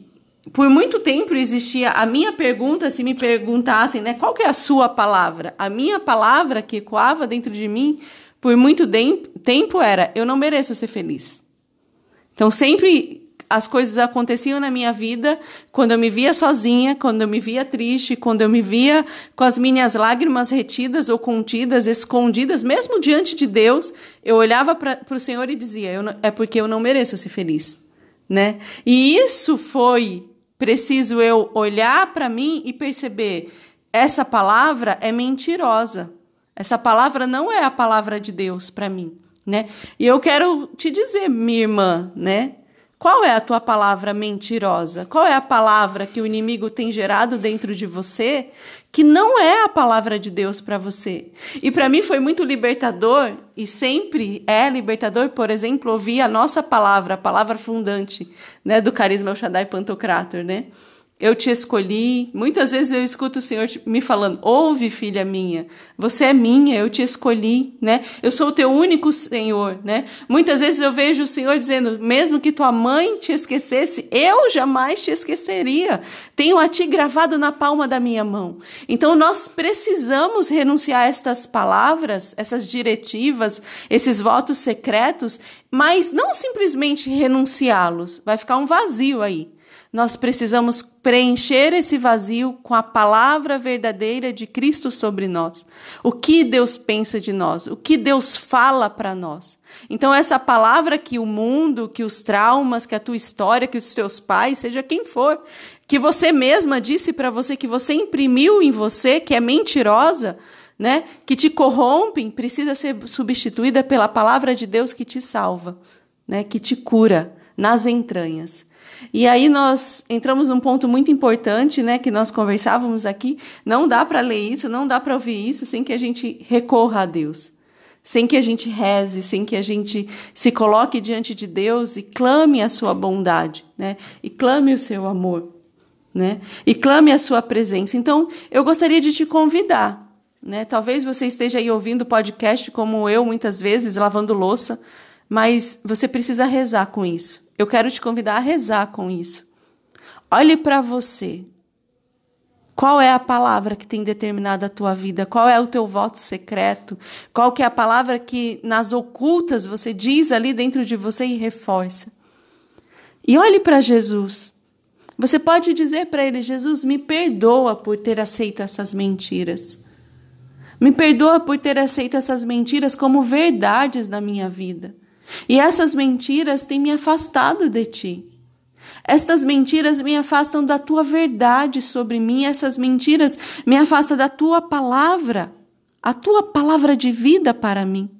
por muito tempo existia a minha pergunta, se me perguntassem, né, qual que é a sua palavra? A minha palavra que ecoava dentro de mim por muito tempo era: eu não mereço ser feliz. Então sempre as coisas aconteciam na minha vida quando eu me via sozinha, quando eu me via triste, quando eu me via com as minhas lágrimas retidas ou contidas, escondidas, mesmo diante de Deus, eu olhava para o Senhor e dizia: é porque eu não mereço ser feliz, né? E isso foi preciso eu olhar para mim e perceber: essa palavra é mentirosa. Essa palavra não é a palavra de Deus para mim, né? E eu quero te dizer, minha irmã, né? Qual é a tua palavra mentirosa? Qual é a palavra que o inimigo tem gerado dentro de você que não é a palavra de Deus para você? E para mim foi muito libertador, e sempre é libertador, por exemplo, ouvir a nossa palavra, a palavra fundante, né, do Carisma El Shaddai Pantocrator, né? Eu te escolhi. Muitas vezes eu escuto o Senhor me falando: ouve, filha minha, você é minha, eu te escolhi, né? Eu sou o teu único Senhor, né? Muitas vezes eu vejo o Senhor dizendo: mesmo que tua mãe te esquecesse, eu jamais te esqueceria. Tenho a ti gravado na palma da minha mão. Então nós precisamos renunciar a estas palavras, essas diretivas, esses votos secretos, mas não simplesmente renunciá-los. Vai ficar um vazio aí. Nós precisamos preencher esse vazio com a palavra verdadeira de Cristo sobre nós. O que Deus pensa de nós, o que Deus fala para nós. Então essa palavra que o mundo, que os traumas, que a tua história, que os teus pais, seja quem for, que você mesma disse para você, que você imprimiu em você, que é mentirosa, né, que te corrompem, precisa ser substituída pela palavra de Deus que te salva, né, que te cura nas entranhas. E aí nós entramos num ponto muito importante, né, que nós conversávamos aqui. Não dá para ler isso, não dá para ouvir isso sem que a gente recorra a Deus, sem que a gente reze, sem que a gente se coloque diante de Deus e clame a sua bondade, né, e clame o seu amor, né, e clame a sua presença. Então, eu gostaria de te convidar, né, talvez você esteja aí ouvindo o podcast como eu, muitas vezes, lavando louça, mas você precisa rezar com isso. Eu quero te convidar a rezar com isso. Olhe para você. Qual é a palavra que tem determinado a tua vida? Qual é o teu voto secreto? Qual que é a palavra que nas ocultas você diz ali dentro de você e reforça? E olhe para Jesus. Você pode dizer para ele: Jesus, me perdoa por ter aceito essas mentiras. Me perdoa por ter aceito essas mentiras como verdades na minha vida. E essas mentiras têm me afastado de ti. Estas mentiras me afastam da tua verdade sobre mim. Essas mentiras me afastam da tua palavra, a tua palavra de vida para mim.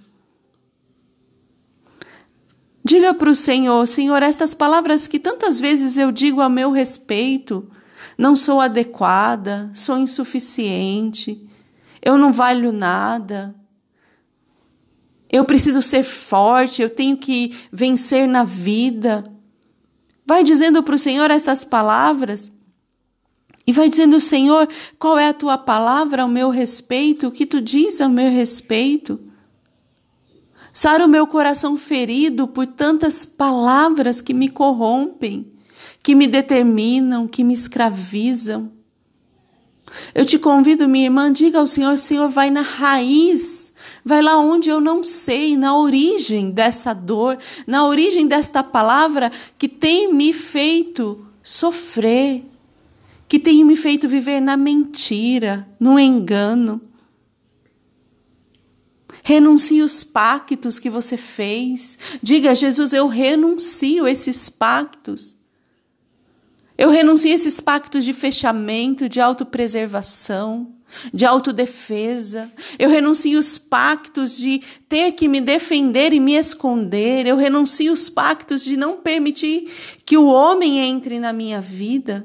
Diga para o Senhor: Senhor, estas palavras que tantas vezes eu digo a meu respeito, não sou adequada, sou insuficiente, eu não valho nada. Eu preciso ser forte, eu tenho que vencer na vida. Vai dizendo para o Senhor essas palavras. E vai dizendo: Senhor, qual é a tua palavra ao meu respeito? O que tu diz ao meu respeito? Sara o meu coração ferido por tantas palavras que me corrompem, que me determinam, que me escravizam. Eu te convido, minha irmã, diga ao Senhor: Senhor, vai na raiz, vai lá onde eu não sei, na origem dessa dor, na origem desta palavra que tem me feito sofrer, que tem me feito viver na mentira, no engano. Renuncie os pactos que você fez. Diga: Jesus, eu renuncio esses pactos. Eu renuncio a esses pactos de fechamento, de autopreservação, de autodefesa. Eu renuncio os pactos de ter que me defender e me esconder. Eu renuncio os pactos de não permitir que o homem entre na minha vida.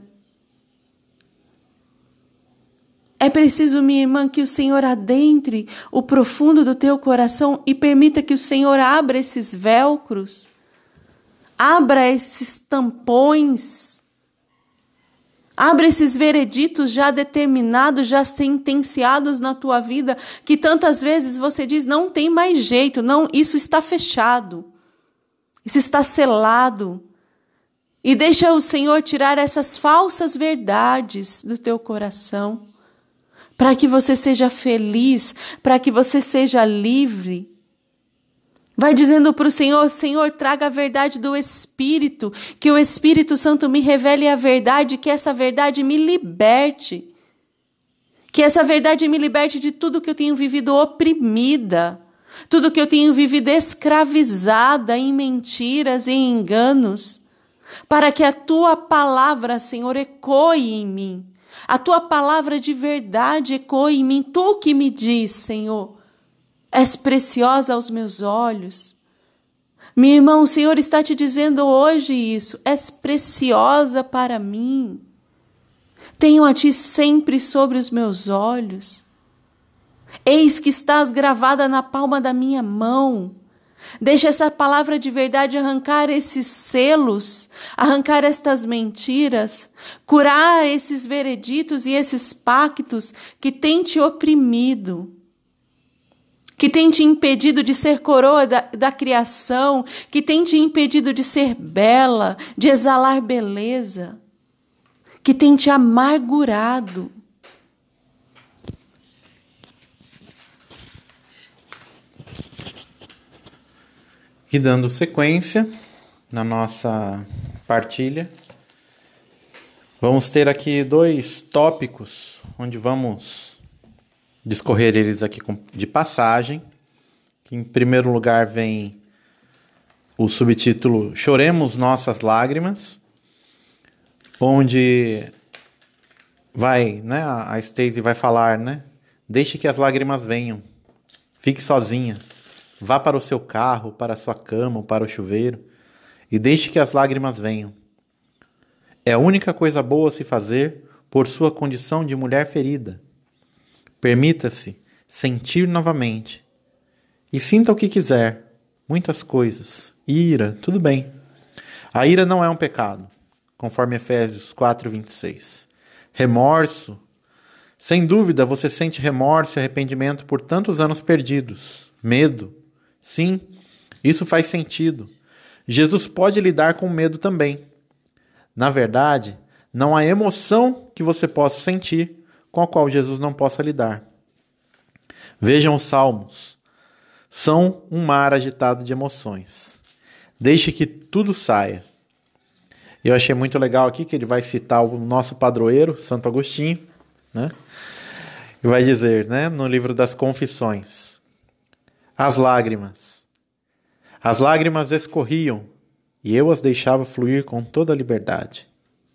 É preciso, minha irmã, que o Senhor adentre o profundo do teu coração e permita que o Senhor abra esses velcros, abra esses tampões, abra esses vereditos já determinados, já sentenciados na tua vida, que tantas vezes você diz: não tem mais jeito, não, isso está fechado, isso está selado, E deixa o Senhor tirar essas falsas verdades do teu coração, para que você seja feliz, para que você seja livre. Vai dizendo para o Senhor: Senhor, traga a verdade do Espírito, que o Espírito Santo me revele a verdade, que essa verdade me liberte. Que essa verdade me liberte de tudo que eu tenho vivido oprimida, tudo que eu tenho vivido escravizada em mentiras e em enganos, para que a tua palavra, Senhor, ecoe em mim. A tua palavra de verdade ecoe em mim. Tu que me diz, Senhor, és preciosa aos meus olhos. Meu irmão, o Senhor está te dizendo hoje isso. És preciosa para mim. Tenho a ti sempre sobre os meus olhos. Eis que estás gravada na palma da minha mão. Deixa essa palavra de verdade arrancar esses selos, arrancar estas mentiras, curar esses vereditos e esses pactos que têm te oprimido, que têm te impedido de ser coroa da criação, que têm te impedido de ser bela, de exalar beleza, que têm te amargurado. E dando sequência na nossa partilha, vamos ter aqui 2 tópicos, onde vamos discorrer eles aqui de passagem. Em primeiro lugar vem o subtítulo Choremos Nossas Lágrimas, onde vai, né, a Stacy vai falar, né? Deixe que as lágrimas venham, fique sozinha. Vá para o seu carro, para a sua cama ou para o chuveiro e deixe que as lágrimas venham. É a única coisa boa a se fazer por sua condição de mulher ferida. Permita-se sentir novamente e sinta o que quiser, muitas coisas. Ira, tudo bem. A ira não é um pecado, conforme Efésios 4:26. Remorso, sem dúvida você sente remorso e arrependimento por tantos anos perdidos. Medo. Sim, isso faz sentido. Jesus pode lidar com medo também. Na verdade, não há emoção que você possa sentir com a qual Jesus não possa lidar. Vejam os Salmos. São um mar agitado de emoções. Deixe que tudo saia. Eu achei muito legal aqui que ele vai citar o nosso padroeiro, Santo Agostinho, né? E vai dizer, né, no livro das Confissões: As lágrimas escorriam e eu as deixava fluir com toda a liberdade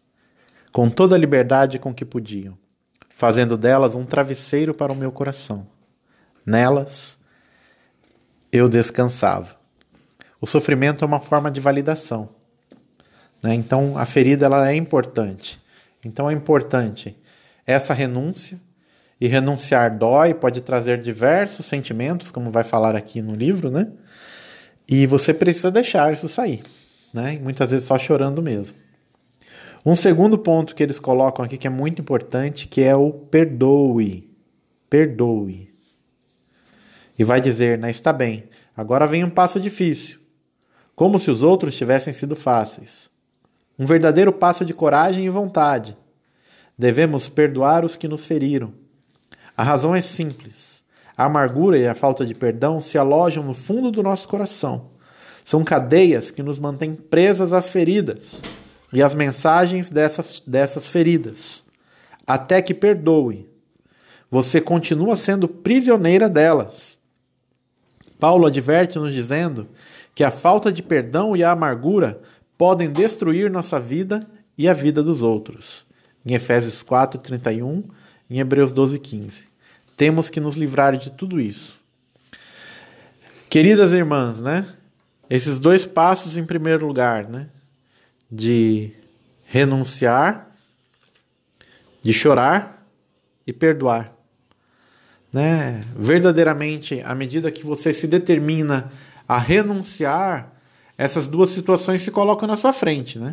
com que podiam, fazendo delas um travesseiro para o meu coração. Nelas eu descansava. O sofrimento é uma forma de validação, né? Então a ferida ela é importante. Então é importante essa renúncia. E renunciar dói, pode trazer diversos sentimentos, como vai falar aqui no livro, né? E você precisa deixar isso sair, né? E muitas vezes só chorando mesmo. Um segundo ponto que eles colocam aqui que é muito importante, que é o perdoe. Perdoe. E vai dizer, né? Está bem, agora vem um passo difícil, como se os outros tivessem sido fáceis. Um verdadeiro passo de coragem e vontade. Devemos perdoar os que nos feriram. A razão é simples. A amargura e a falta de perdão se alojam no fundo do nosso coração. São cadeias que nos mantêm presas às feridas e às mensagens dessas feridas. Até que perdoe. Você continua sendo prisioneira delas. Paulo adverte-nos dizendo que a falta de perdão e a amargura podem destruir nossa vida e a vida dos outros. Em Efésios 4:31, em Hebreus 12:15. Temos que nos livrar de tudo isso. Queridas irmãs, né? Esses 2 passos em primeiro lugar, né? De renunciar, de chorar e perdoar. Né? Verdadeiramente, à medida que você se determina a renunciar, essas 2 situações se colocam na sua frente, né?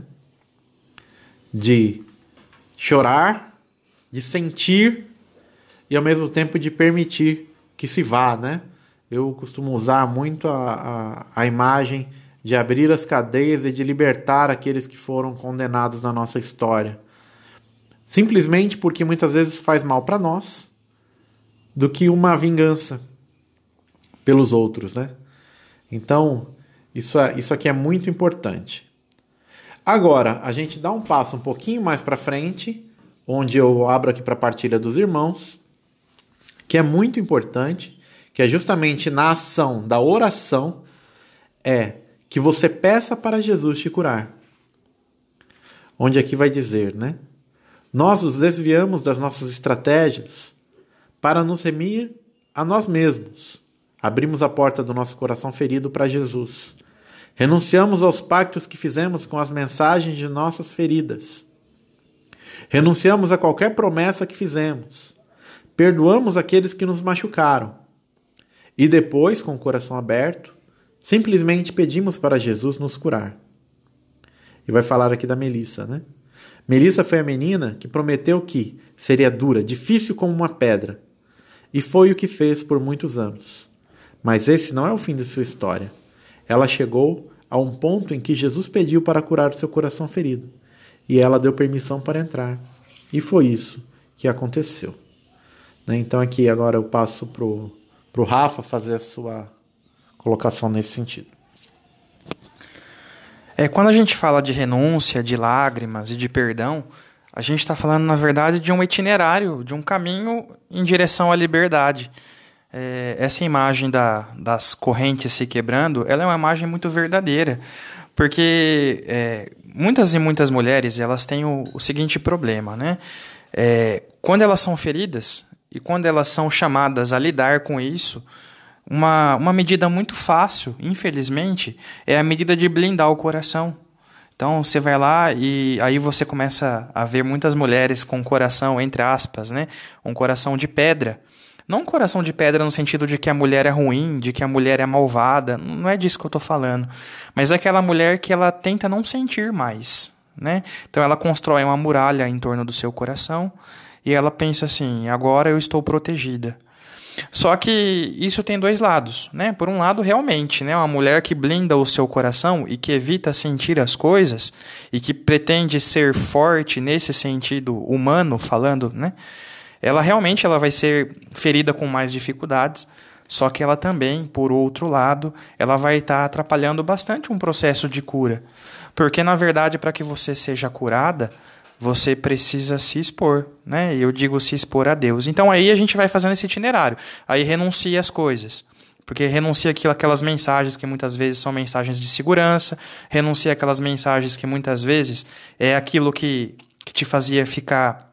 De chorar, de sentir e ao mesmo tempo de permitir que se vá, né? Eu costumo usar muito a imagem de abrir as cadeias e de libertar aqueles que foram condenados na nossa história. Simplesmente porque muitas vezes faz mal para nós do que uma vingança pelos outros, né? Então, isso aqui é muito importante. Agora, a gente dá um passo um pouquinho mais para frente, onde eu abro aqui para a partilha dos irmãos, que é muito importante, que é justamente na ação da oração, que você peça para Jesus te curar. Onde aqui vai dizer, né? Nós nos desviamos das nossas estratégias para nos remir a nós mesmos. Abrimos a porta do nosso coração ferido para Jesus. Renunciamos aos pactos que fizemos com as mensagens de nossas feridas. Renunciamos a qualquer promessa que fizemos. Perdoamos aqueles que nos machucaram. E depois, com o coração aberto, simplesmente pedimos para Jesus nos curar. E vai falar aqui da Melissa, né? Melissa foi a menina que prometeu que seria dura, difícil como uma pedra. E foi o que fez por muitos anos. Mas esse não é o fim de sua história. Ela chegou a um ponto em que Jesus pediu para curar o seu coração ferido. E ela deu permissão para entrar. E foi isso que aconteceu. Então aqui agora eu passo para o Rafa fazer a sua colocação nesse sentido. Quando a gente fala de renúncia, de lágrimas e de perdão, a gente está falando, na verdade, de um itinerário, de um caminho em direção à liberdade. Essa imagem das correntes se quebrando, ela é uma imagem muito verdadeira, porque muitas e muitas mulheres elas têm o seguinte problema, né? Quando elas são feridas e quando elas são chamadas a lidar com isso, uma medida muito fácil, infelizmente, é a medida de blindar o coração. Então, você vai lá e aí você começa a ver muitas mulheres com coração, entre aspas, né? Um coração de pedra. Não um coração de pedra no sentido de que a mulher é ruim, de que a mulher é malvada. Não é disso que eu estou falando. Mas é aquela mulher que ela tenta não sentir mais, né? Então, ela constrói uma muralha em torno do seu coração e ela pensa assim, agora eu estou protegida. Só que isso tem dois lados, né? Por um lado, realmente, né? Uma mulher que blinda o seu coração e que evita sentir as coisas e que pretende ser forte nesse sentido humano, falando, né? Ela realmente vai ser ferida com mais dificuldades, só que ela também, por outro lado, ela vai estar atrapalhando bastante um processo de cura. Porque, na verdade, para que você seja curada, você precisa se expor, né? Eu digo se expor a Deus. Então aí a gente vai fazendo esse itinerário. Aí renuncia às coisas. Porque renuncia aquelas mensagens que muitas vezes são mensagens de segurança, renuncia aquelas mensagens que muitas vezes é aquilo que te fazia ficar...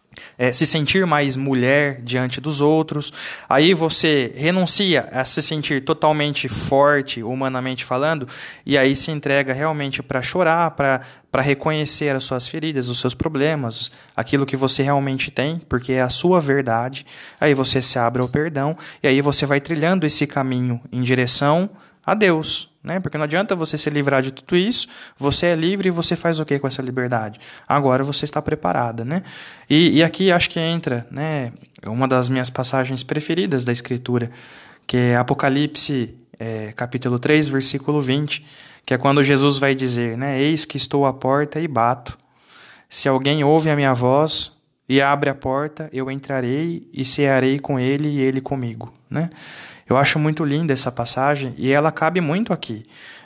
se sentir mais mulher diante dos outros. Aí você renuncia a se sentir totalmente forte, humanamente falando, e aí se entrega realmente para chorar, para reconhecer as suas feridas, os seus problemas, aquilo que você realmente tem, porque é a sua verdade. Aí você se abre ao perdão, e aí você vai trilhando esse caminho em direção a Deus, né? Porque não adianta você se livrar de tudo isso, você é livre e você faz o que com essa liberdade? Agora você está preparada, né? E aqui acho que entra, né, uma das minhas passagens preferidas da Escritura, que é Apocalipse, capítulo 3, versículo 20, que é quando Jesus vai dizer, né, eis que estou à porta e bato. Se alguém ouve a minha voz e abre a porta, eu entrarei e cearei com ele e ele comigo, né? Eu acho muito linda essa passagem e ela cabe muito aqui.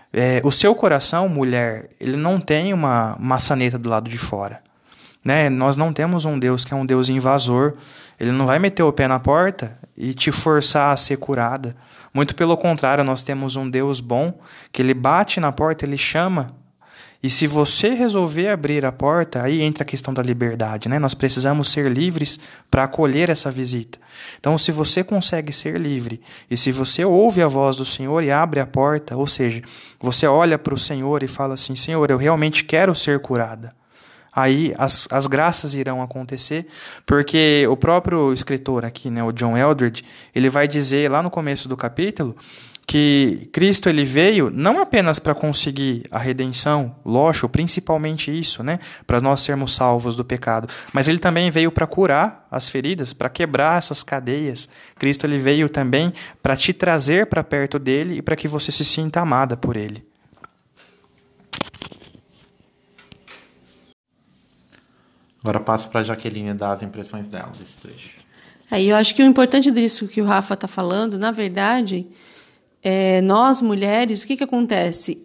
O seu coração, mulher, ele não tem uma maçaneta do lado de fora, né? Nós não temos um Deus que é um Deus invasor. Ele não vai meter o pé na porta e te forçar a ser curada. Muito pelo contrário, nós temos um Deus bom que ele bate na porta, ele chama. E se você resolver abrir a porta, aí entra a questão da liberdade, né? Nós precisamos ser livres para acolher essa visita. Então, se você consegue ser livre, e se você ouve a voz do Senhor e abre a porta, ou seja, você olha para o Senhor e fala assim, Senhor, eu realmente quero ser curada. Aí as graças irão acontecer, porque o próprio escritor aqui, né, o John Eldredge, ele vai dizer lá no começo do capítulo que Cristo ele veio não apenas para conseguir a redenção, lógico, principalmente isso, né, para nós sermos salvos do pecado, mas ele também veio para curar as feridas, para quebrar essas cadeias. Cristo ele veio também para te trazer para perto dele e para que você se sinta amada por ele. Agora passo para a Jaqueline dar as impressões dela desse trecho. Aí eu acho que o importante disso que o Rafa está falando, na verdade, nós mulheres, o que acontece?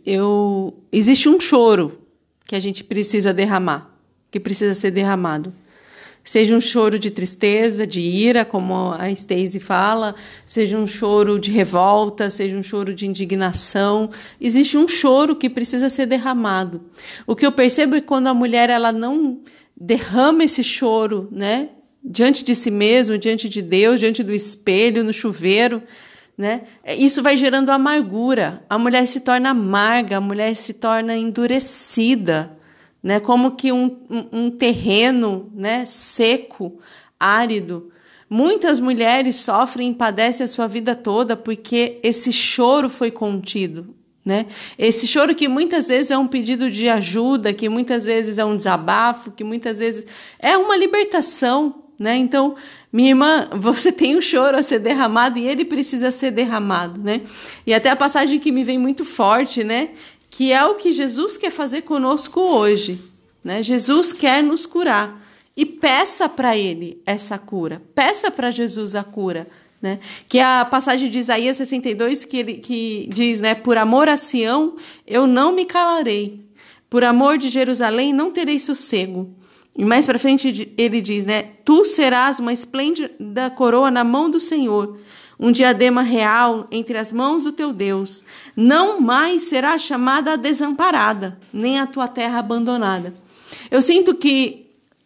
Existe um choro que a gente precisa derramar, que precisa ser derramado. Seja um choro de tristeza, de ira, como a Stacey fala, seja um choro de revolta, seja um choro de indignação. Existe um choro que precisa ser derramado. O que eu percebo é que quando a mulher ela não derrama esse choro, né, diante de si mesma, diante de Deus, diante do espelho, no chuveiro, né, isso vai gerando amargura. A mulher se torna amarga, a mulher se torna endurecida, né, como que um terreno, né, seco, árido. Muitas mulheres sofrem e padecem a sua vida toda porque esse choro foi contido, né? Esse choro que muitas vezes é um pedido de ajuda, que muitas vezes é um desabafo, que muitas vezes é uma libertação, né? Então, minha irmã, você tem um choro a ser derramado e ele precisa ser derramado, né? E até a passagem que me vem muito forte, né? Que é o que Jesus quer fazer conosco hoje, né? Jesus quer nos curar e peça para ele essa cura, peça para Jesus a cura, né? Que é a passagem de Isaías 62 que diz, né? Por amor a Sião eu não me calarei, por amor de Jerusalém não terei sossego. E mais para frente ele diz, né? Tu serás uma esplêndida coroa na mão do Senhor, um diadema real entre as mãos do teu Deus. Não mais será chamada desamparada, nem a tua terra abandonada. Eu sinto que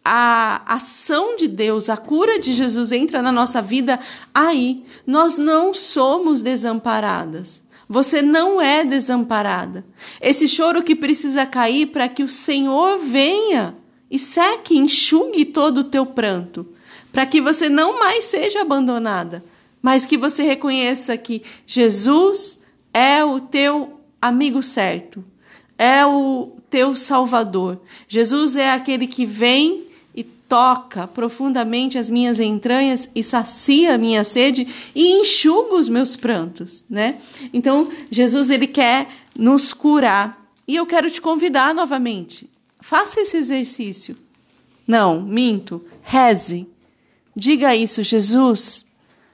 a ação de Deus, a cura de Jesus entra na nossa vida aí. Nós não somos desamparadas. Você não é desamparada. Esse choro que precisa cair para que o Senhor venha e seque, enxugue todo o teu pranto, para que você não mais seja abandonada, mas que você reconheça que Jesus é o teu amigo certo, é o teu Salvador. Jesus é aquele que vem e toca profundamente as minhas entranhas e sacia a minha sede e enxuga os meus prantos, né? Então, Jesus, ele quer nos curar. E eu quero te convidar novamente. Faça esse exercício. Não, minto. Reze. Diga isso, Jesus.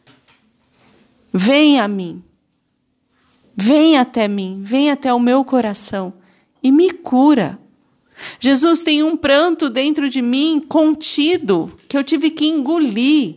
Vem a mim. Vem até mim. Vem até o meu coração e me cura. Jesus, tem um pranto dentro de mim contido que eu tive que engolir,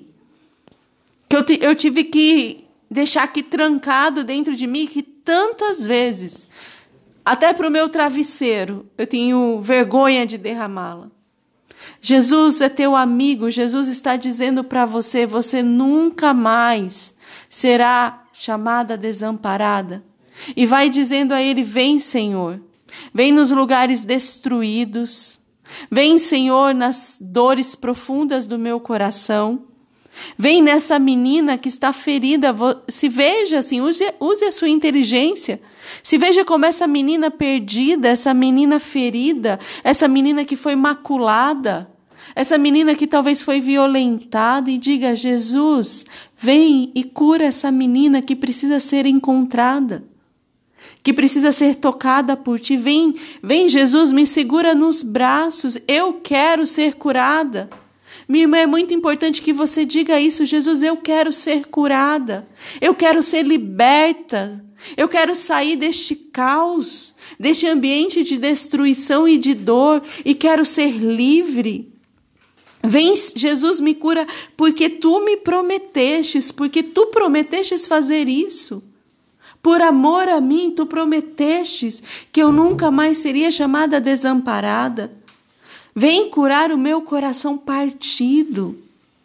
que eu tive que deixar aqui trancado dentro de mim, que tantas vezes, até para o meu travesseiro, eu tenho vergonha de derramá-la. Jesus é teu amigo. Jesus está dizendo para você, você nunca mais será chamada desamparada. E vai dizendo a ele, vem, Senhor. Vem nos lugares destruídos. Vem, Senhor, nas dores profundas do meu coração. Vem nessa menina que está ferida. Se veja assim, use a sua inteligência. Se veja como essa menina perdida, essa menina ferida, essa menina que foi maculada, essa menina que talvez foi violentada, e diga, Jesus, vem e cura essa menina que precisa ser encontrada, que precisa ser tocada por ti. Vem, Jesus, me segura nos braços, eu quero ser curada. Minha irmã, é muito importante que você diga isso, Jesus, eu quero ser curada, eu quero ser liberta, eu quero sair deste caos, deste ambiente de destruição e de dor, e quero ser livre. Vem, Jesus, me cura, porque tu me prometestes, porque tu prometestes fazer isso. Por amor a mim, tu prometestes que eu nunca mais seria chamada desamparada. Vem curar o meu coração partido.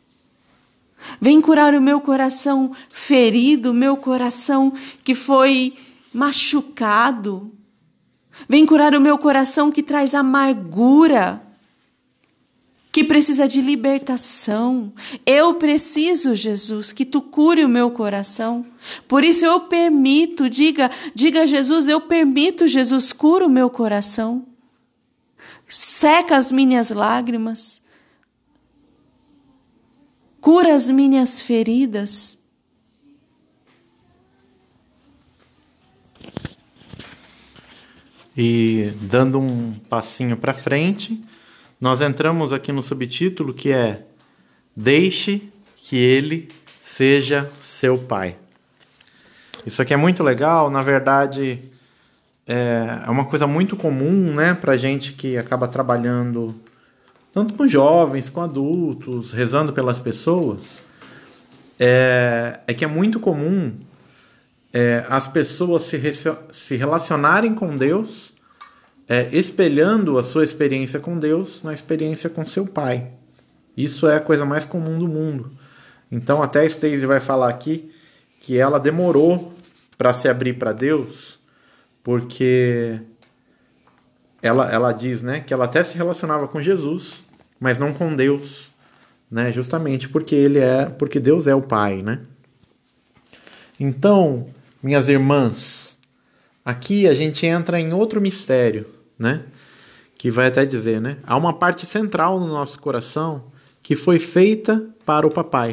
Vem curar o meu coração ferido, o meu coração que foi machucado. Vem curar o meu coração que traz amargura, que precisa de libertação. Eu preciso, Jesus, que tu cure o meu coração. Por isso eu permito, diga Jesus, eu permito, Jesus, cura o meu coração. Seca as minhas lágrimas. Cura as minhas feridas. E dando um passinho para frente, nós entramos aqui no subtítulo que é Deixe que Ele seja seu Pai. Isso aqui é muito legal, na verdade é uma coisa muito comum, né, para gente que acaba trabalhando tanto com jovens, com adultos, rezando pelas pessoas, é que é muito comum as pessoas se relacionarem com Deus, espelhando a sua experiência com Deus na experiência com seu Pai. Isso é a coisa mais comum do mundo. Então até a Stacey vai falar aqui que ela demorou para se abrir para Deus, porque ela diz, né, que ela até se relacionava com Jesus, mas não com Deus, né, justamente porque Deus é o Pai, né? Então, minhas irmãs, aqui a gente entra em outro mistério, né, que vai até dizer, né, há uma parte central no nosso coração que foi feita para o papai,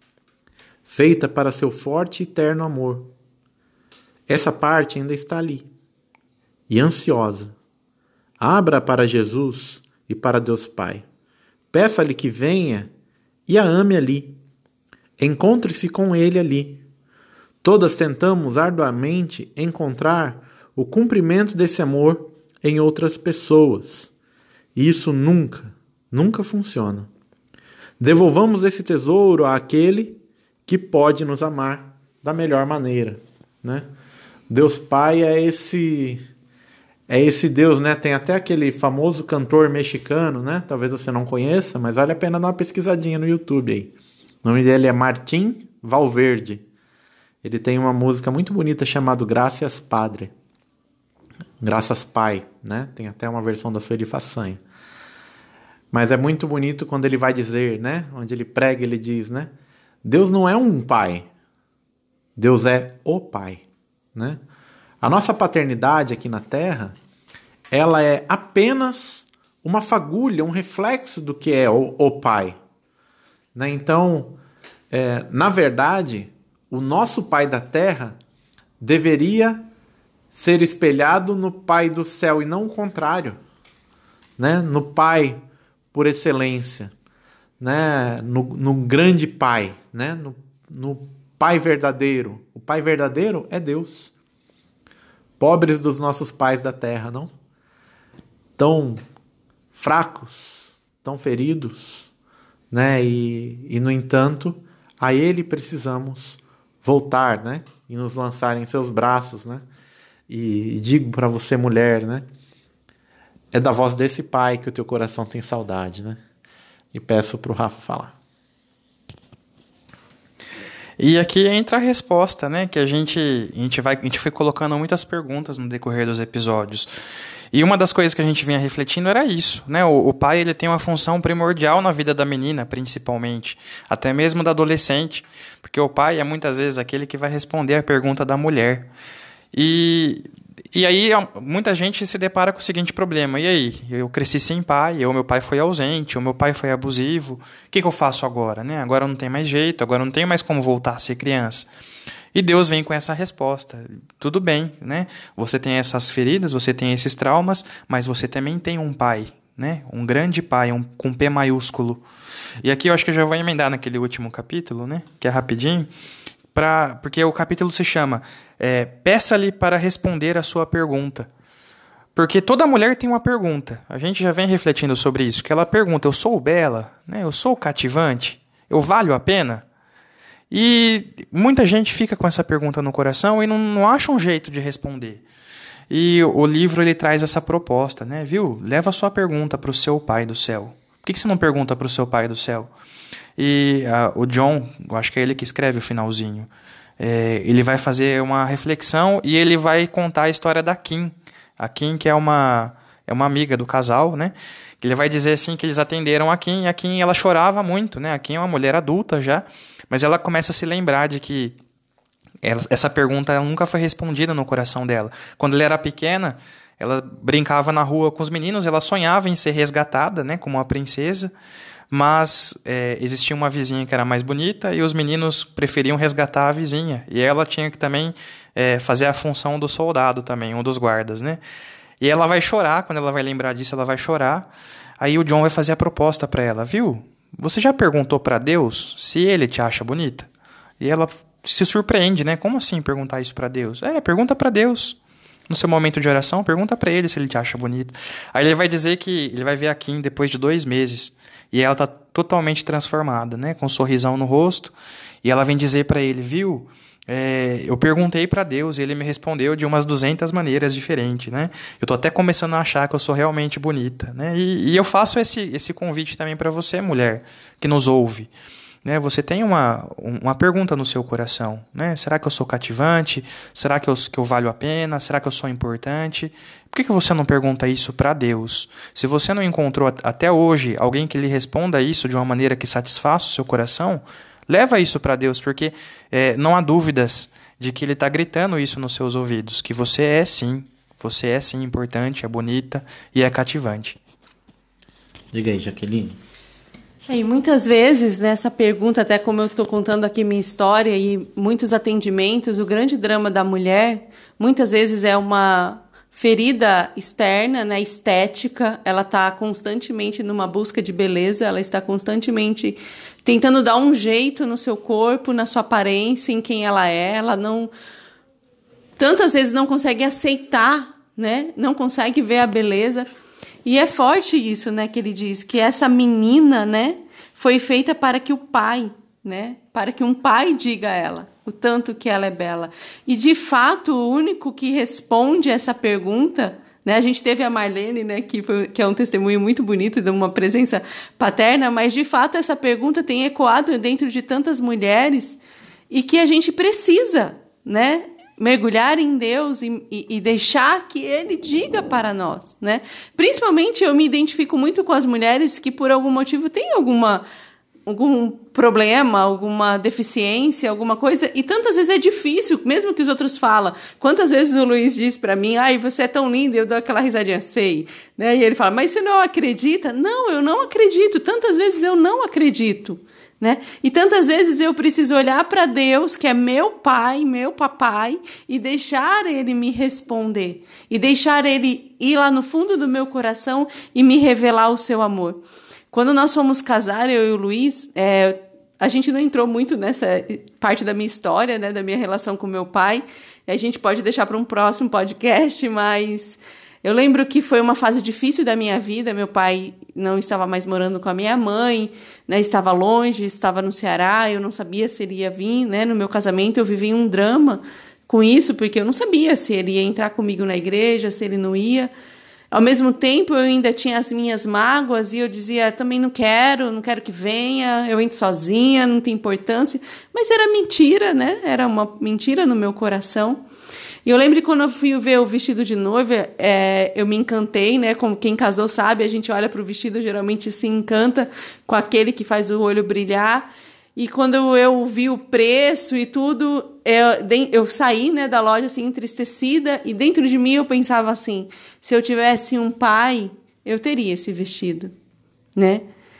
feita para seu forte e eterno amor. Essa parte ainda está ali, e ansiosa. Abra para Jesus e para Deus Pai. Peça-lhe que venha e a ame ali. Encontre-se com Ele ali. Todas tentamos arduamente encontrar o cumprimento desse amor em outras pessoas. E isso nunca funciona. Devolvamos esse tesouro àquele que pode nos amar da melhor maneira, né? Deus Pai é esse Deus, né? Tem até aquele famoso cantor mexicano, né? Talvez você não conheça, mas vale a pena dar uma pesquisadinha no YouTube aí. O nome dele é Martín Valverde. Ele tem uma música muito bonita chamada Graças Padre. Graças Pai, né? Tem até uma versão da Sueli Façanha. Mas é muito bonito quando ele vai dizer, né? Onde ele prega, ele diz, né? Deus não é um pai. Deus é o Pai, né? A nossa paternidade aqui na Terra, ela é apenas uma fagulha, um reflexo do que é o Pai, né? Então, na verdade, o nosso Pai da Terra deveria ser espelhado no Pai do céu e não o contrário, né? No Pai por excelência, né? No grande Pai, né? No Pai verdadeiro. O Pai verdadeiro é Deus. Pobres dos nossos pais da terra, não? Tão fracos, tão feridos, né? E no entanto, a Ele precisamos voltar, né? E nos lançar em seus braços, né? E digo para você, mulher, né? É da voz desse Pai que o teu coração tem saudade, né? E peço para o Rafa falar. E aqui entra a resposta, né? Que a gente foi colocando muitas perguntas no decorrer dos episódios. E uma das coisas que a gente vinha refletindo era isso, né? O pai, ele tem uma função primordial na vida da menina, principalmente, até mesmo da adolescente, porque o pai é muitas vezes aquele que vai responder a pergunta da mulher. E aí muita gente se depara com o seguinte problema: e aí, eu cresci sem pai, ou meu pai foi ausente, ou meu pai foi abusivo, o que eu faço agora, né? Agora não tem mais jeito, agora não tem mais como voltar a ser criança. E Deus vem com essa resposta: tudo bem, né? Você tem essas feridas, você tem esses traumas, mas você também tem um pai, né? Um grande pai, com P maiúsculo. E aqui eu acho que eu já vou emendar naquele último capítulo, né? Que é rapidinho. Porque o capítulo se chama Peça-lhe para responder a sua pergunta. Porque toda mulher tem uma pergunta. A gente já vem refletindo sobre isso. Que ela pergunta: eu sou bela? Né? Eu sou cativante? Eu valho a pena? E muita gente fica com essa pergunta no coração e não acha um jeito de responder. E o livro ele traz essa proposta, né? Viu? Leva a sua pergunta para o seu Pai do céu. Por que você não pergunta para o seu Pai do céu? E o John, eu acho que é ele que escreve o finalzinho, ele vai fazer uma reflexão e ele vai contar a história da Kim. A Kim, que é uma amiga do casal, né? Que ele vai dizer assim que eles atenderam a Kim, e a Kim ela chorava muito, né? A Kim é uma mulher adulta já, mas ela começa a se lembrar de que essa pergunta ela nunca foi respondida no coração dela. Quando ela era pequena, ela brincava na rua com os meninos, ela sonhava em ser resgatada, né? Como uma princesa. Mas existia uma vizinha que era mais bonita e os meninos preferiam resgatar a vizinha. E ela tinha que também fazer a função do soldado também, um dos guardas, né? E ela vai chorar, quando ela vai lembrar disso, ela vai chorar. Aí o John vai fazer a proposta pra ela, viu? Você já perguntou pra Deus se ele te acha bonita? E ela se surpreende, né? Como assim perguntar isso pra Deus? Pergunta pra Deus. No seu momento de oração, pergunta pra ele se ele te acha bonita. Aí ele vai dizer que ele vai ver a Kim depois de 2 meses. E ela tá totalmente transformada, né? Com um sorrisão no rosto. E ela vem dizer pra ele, viu? Eu perguntei pra Deus e ele me respondeu de umas 200 maneiras diferentes, né? Eu tô até começando a achar que eu sou realmente bonita, né? E eu faço esse convite também pra você, mulher, que nos ouve. Né? Você tem uma pergunta no seu coração, né? Será que eu sou cativante? Será que eu valho a pena? Será que eu sou importante? Por que você não pergunta isso para Deus? Se você não encontrou até hoje alguém que lhe responda isso de uma maneira que satisfaça o seu coração, leva isso para Deus, porque não há dúvidas de que Ele está gritando isso nos seus ouvidos, que você é sim importante, é bonita e é cativante. Diga aí, Jaqueline. E muitas vezes, nessa pergunta, até como eu estou contando aqui minha história e muitos atendimentos, o grande drama da mulher, muitas vezes é uma ferida externa, né, estética. Ela está constantemente numa busca de beleza, ela está constantemente tentando dar um jeito no seu corpo, na sua aparência, em quem ela é. Ela não, tantas vezes não consegue aceitar, né, não consegue ver a beleza. E é forte isso, né, que ele diz, que essa menina, né, foi feita para que o pai, né, para que um pai diga a ela o tanto que ela é bela. E, de fato, o único que responde essa pergunta, né, a gente teve a Marlene, né, que é um testemunho muito bonito de uma presença paterna, mas, de fato, essa pergunta tem ecoado dentro de tantas mulheres e que a gente precisa, né, mergulhar em Deus e deixar que Ele diga para nós, né? Principalmente eu me identifico muito com as mulheres que por algum motivo têm algum problema, alguma deficiência, alguma coisa, e tantas vezes é difícil, mesmo que os outros falam. Quantas vezes o Luiz diz para mim, ai, você é tão linda, eu dou aquela risadinha, sei, né? E ele fala, mas você não acredita? Não, eu não acredito, tantas vezes eu não acredito. Né? E tantas vezes eu preciso olhar para Deus, que é meu pai, meu papai, e deixar Ele me responder, e deixar Ele ir lá no fundo do meu coração e me revelar o seu amor. Quando nós fomos casar, eu e o Luiz, a gente não entrou muito nessa parte da minha história, né, da minha relação com meu pai, a gente pode deixar para um próximo podcast, mas eu lembro que foi uma fase difícil da minha vida. Meu pai não estava mais morando com a minha mãe, né? Estava longe, estava no Ceará, eu não sabia se ele ia vir, né? No meu casamento eu vivi um drama com isso, porque eu não sabia se ele ia entrar comigo na igreja, se ele não ia. Ao mesmo tempo, eu ainda tinha as minhas mágoas e eu dizia, também não quero que venha, eu entro sozinha, não tem importância. Mas era mentira, né? Era uma mentira no meu coração. E eu lembro que quando eu fui ver o vestido de noiva, eu me encantei, né? Como quem casou sabe, a gente olha para o vestido, geralmente se encanta com aquele que faz o olho brilhar. E quando eu vi o preço e tudo, eu saí, né, da loja assim, entristecida, e dentro de mim eu pensava assim, se eu tivesse um pai, eu teria esse vestido, né?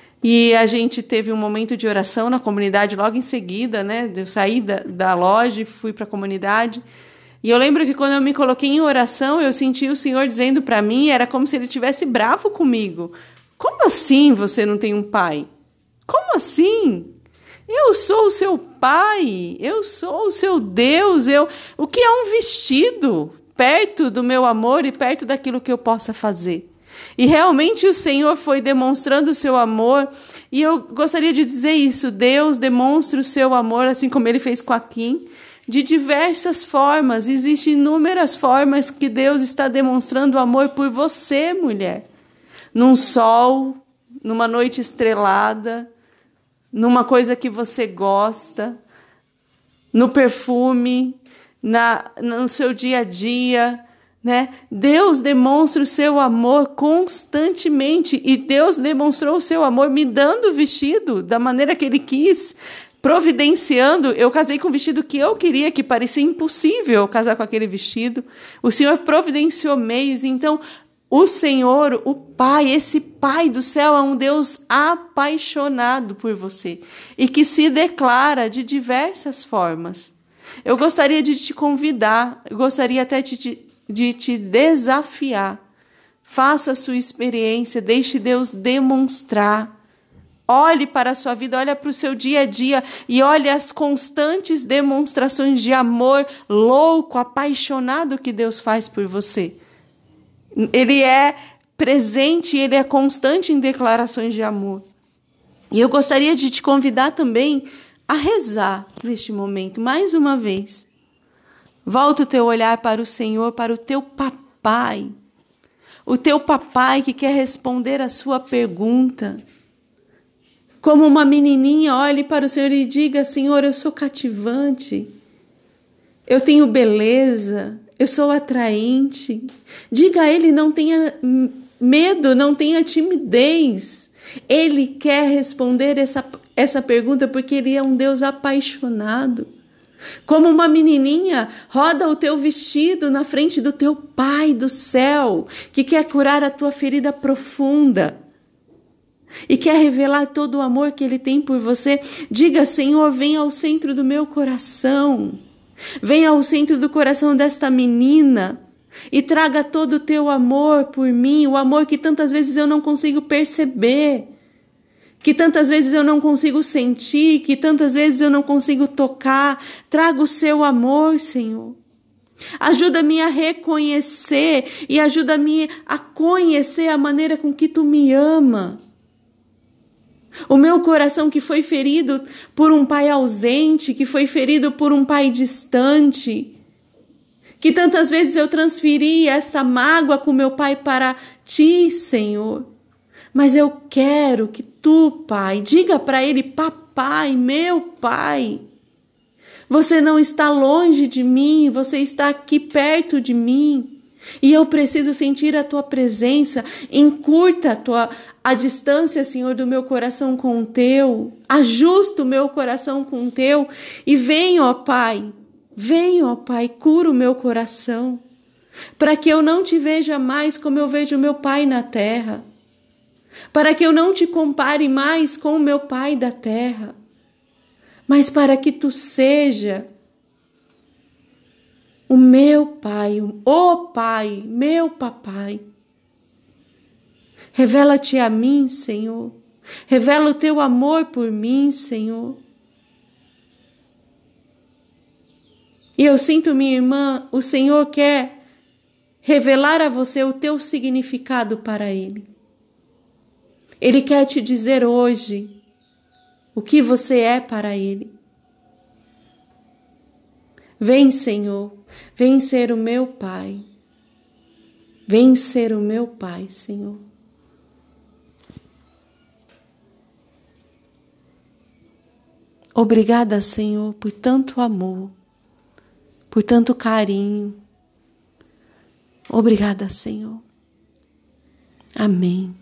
E a gente teve um momento de oração na comunidade logo em seguida, né? Eu saí da loja e fui para a comunidade. E eu lembro que quando eu me coloquei em oração, eu senti o Senhor dizendo para mim, era como se Ele estivesse bravo comigo. Como assim você não tem um pai? Como assim? Eu sou o seu pai, eu sou o seu Deus. O que é um vestido perto do meu amor e perto daquilo que eu possa fazer? E realmente o Senhor foi demonstrando o seu amor, e eu gostaria de dizer isso, Deus demonstra o seu amor, assim como Ele fez com a Kim, de diversas formas. Existem inúmeras formas que Deus está demonstrando o amor por você, mulher. Num sol, numa noite estrelada, numa coisa que você gosta, no perfume, no seu dia a dia, né? Deus demonstra o seu amor constantemente, e Deus demonstrou o seu amor me dando o vestido da maneira que Ele quis, providenciando. Eu casei com um vestido que eu queria, que parecia impossível eu casar com aquele vestido. O Senhor providenciou meios. Então, o Senhor, o Pai, esse Pai do céu é um Deus apaixonado por você e que se declara de diversas formas. Eu gostaria de te convidar, eu gostaria até de te desafiar Faça a sua experiência, deixe Deus demonstrar. Olhe para a sua vida, olhe para o seu dia a dia e olhe as constantes demonstrações de amor louco, apaixonado que Deus faz por você. Ele é presente, ele é constante em declarações de amor. E eu gostaria de te convidar também a rezar neste momento, mais uma vez. Volta o teu olhar para o Senhor, para o teu papai. O teu papai que quer responder a sua pergunta. Como uma menininha, olhe para o Senhor e diga: Senhor, eu sou cativante. Eu tenho beleza. Eu sou atraente. Diga a Ele, não tenha medo, não tenha timidez. Ele quer responder essa pergunta porque Ele é um Deus apaixonado. Como uma menininha, roda o teu vestido na frente do teu Pai do céu, que quer curar a tua ferida profunda e quer revelar todo o amor que Ele tem por você. Diga: Senhor, vem ao centro do meu coração. Venha ao centro do coração desta menina e traga todo o teu amor por mim, o amor que tantas vezes eu não consigo perceber, que tantas vezes eu não consigo sentir, que tantas vezes eu não consigo tocar. Traga o seu amor, Senhor. Ajuda-me a reconhecer e ajuda-me a conhecer a maneira com que tu me ama. O meu coração que foi ferido por um pai ausente, que foi ferido por um pai distante, que tantas vezes eu transferi essa mágoa com meu pai para ti, Senhor. Mas eu quero que tu, Pai, diga para ele: papai, meu pai, você não está longe de mim, você está aqui perto de mim. E eu preciso sentir a tua presença. Encurta a distância, Senhor, do meu coração com o teu. Ajusta o meu coração com o teu. E vem, ó Pai, cura o meu coração. Para que eu não te veja mais como eu vejo o meu Pai na terra. Para que eu não te compare mais com o meu Pai da terra. Mas para que tu seja o meu Pai, o Pai, meu papai. Revela-te a mim, Senhor. Revela o teu amor por mim, Senhor. E eu sinto, minha irmã, o Senhor quer revelar a você o teu significado para Ele. Ele quer te dizer hoje o que você é para Ele. Vem, Senhor, vem ser o meu Pai. Vem ser o meu Pai, Senhor. Obrigada, Senhor, por tanto amor, por tanto carinho. Obrigada, Senhor. Amém.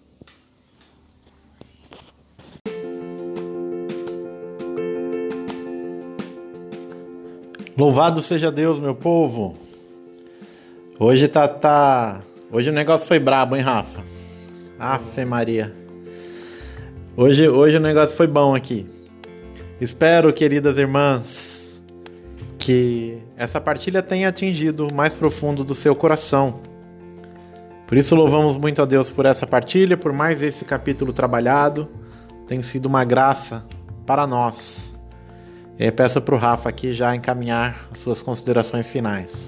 Louvado seja Deus, meu povo. Hoje Hoje o negócio foi brabo, hein, Rafa? Afe Maria. Hoje o negócio foi bom aqui. Espero, queridas irmãs, que essa partilha tenha atingido o mais profundo do seu coração. Por isso louvamos muito a Deus por essa partilha, por mais esse capítulo trabalhado. Tem sido uma graça para nós. E peço para o Rafa aqui já encaminhar as suas considerações finais.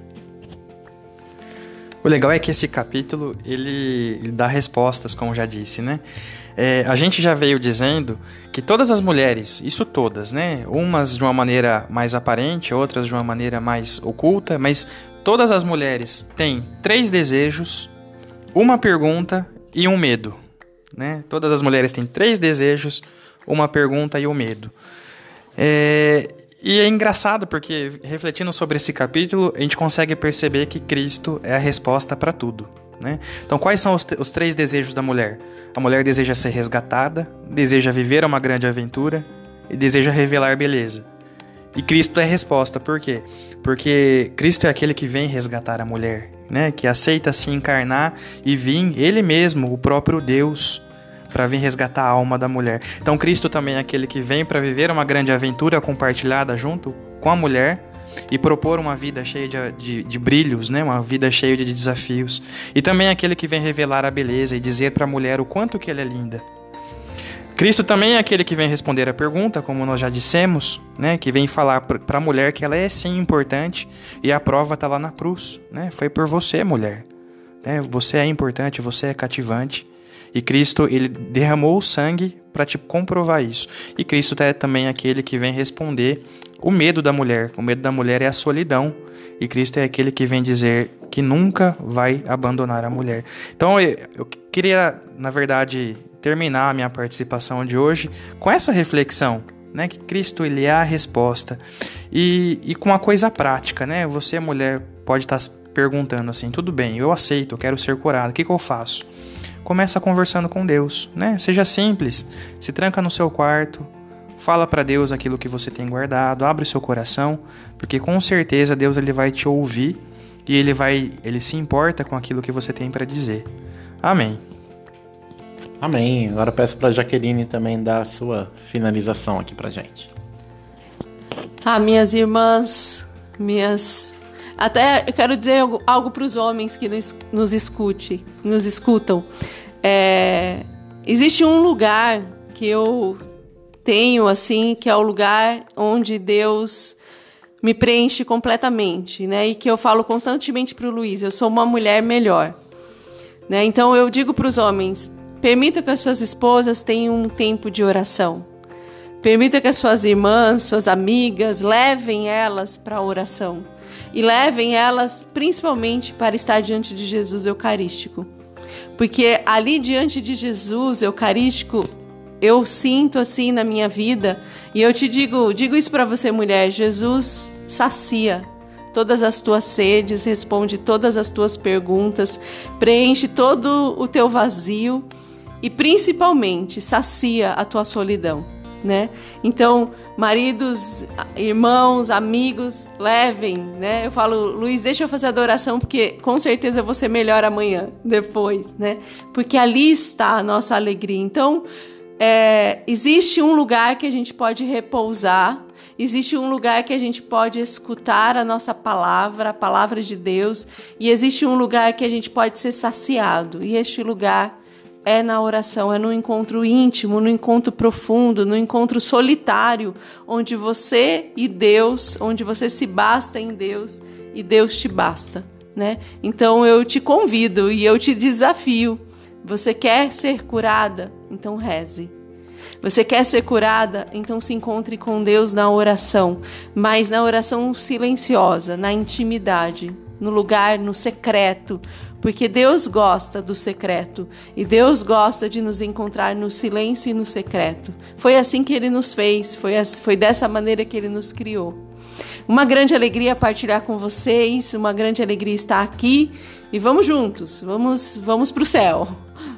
O legal é que esse capítulo, ele dá respostas, como já disse, né? A gente já veio dizendo que todas as mulheres, isso todas, né? Umas de uma maneira mais aparente, outras de uma maneira mais oculta, mas todas as mulheres têm 3 desejos, uma pergunta e um medo, né? Todas as mulheres têm 3 desejos, uma pergunta e um medo. E é engraçado porque, refletindo sobre esse capítulo, a gente consegue perceber que Cristo é a resposta para tudo, né? Então, quais são os 3 desejos da mulher? A mulher deseja ser resgatada, deseja viver uma grande aventura e deseja revelar beleza. E Cristo é a resposta. Por quê? Porque Cristo é aquele que vem resgatar a mulher, né? Que aceita se encarnar e vir Ele mesmo, o próprio Deus, para vir resgatar a alma da mulher. Então Cristo também é aquele que vem para viver uma grande aventura compartilhada junto com a mulher e propor uma vida cheia de brilhos, né? Uma vida cheia de desafios. E também aquele que vem revelar a beleza e dizer para a mulher o quanto que ela é linda. Cristo também é aquele que vem responder a pergunta, como nós já dissemos, né? Que vem falar para a mulher que ela é sim importante e a prova está lá na cruz, né? Foi por você, mulher. Né? Você é importante, você é cativante. E Cristo, ele derramou o sangue para te comprovar isso. E Cristo é também aquele que vem responder o medo da mulher. O medo da mulher é a solidão. E Cristo é aquele que vem dizer que nunca vai abandonar a mulher. Então, eu queria, na verdade, terminar a minha participação de hoje com essa reflexão, né? Que Cristo, ele é a resposta. E com uma coisa prática, né? Você, mulher, pode estar se perguntando assim, tudo bem, eu aceito, eu quero ser curado, o que eu faço? Começa conversando com Deus, né? Seja simples, se tranca no seu quarto, fala para Deus aquilo que você tem guardado, abre o seu coração, porque com certeza Deus, ele vai te ouvir e ele se importa com aquilo que você tem para dizer. Amém. Amém. Agora peço para Jaqueline também dar a sua finalização aqui pra gente. Minhas irmãs, até eu quero dizer algo para os homens que nos escutam. Existe um lugar que eu tenho, assim, que é o lugar onde Deus me preenche completamente, né? E que eu falo constantemente para o Luiz, eu sou uma mulher melhor, né? Então eu digo para os homens, permita que as suas esposas tenham um tempo de oração. Permita que as suas irmãs, suas amigas, levem elas para a oração. E levem elas principalmente para estar diante de Jesus Eucarístico. Porque ali diante de Jesus Eucarístico, eu sinto assim na minha vida, e eu te digo isso para você, mulher, Jesus sacia todas as tuas sedes, responde todas as tuas perguntas, preenche todo o teu vazio e principalmente sacia a tua solidão, né? Então, maridos, irmãos, amigos, levem, né? Eu falo, Luiz, deixa eu fazer a adoração, porque com certeza eu vou ser melhor amanhã, depois, né? Porque ali está a nossa alegria. Então, existe um lugar que a gente pode repousar, existe um lugar que a gente pode escutar a nossa palavra, a palavra de Deus, e existe um lugar que a gente pode ser saciado, e este lugar é na oração, é no encontro íntimo, no encontro profundo, no encontro solitário, onde você e Deus, onde você se basta em Deus e Deus te basta, né? Então eu te convido e eu te desafio. Você quer ser curada? Então reze. Você quer ser curada? Então se encontre com Deus na oração, mas na oração silenciosa, na intimidade, no lugar, no secreto, porque Deus gosta do secreto e Deus gosta de nos encontrar no silêncio e no secreto. Foi assim que Ele nos fez, foi dessa maneira que Ele nos criou. Uma grande alegria partilhar com vocês, uma grande alegria estar aqui e vamos juntos, vamos para o céu.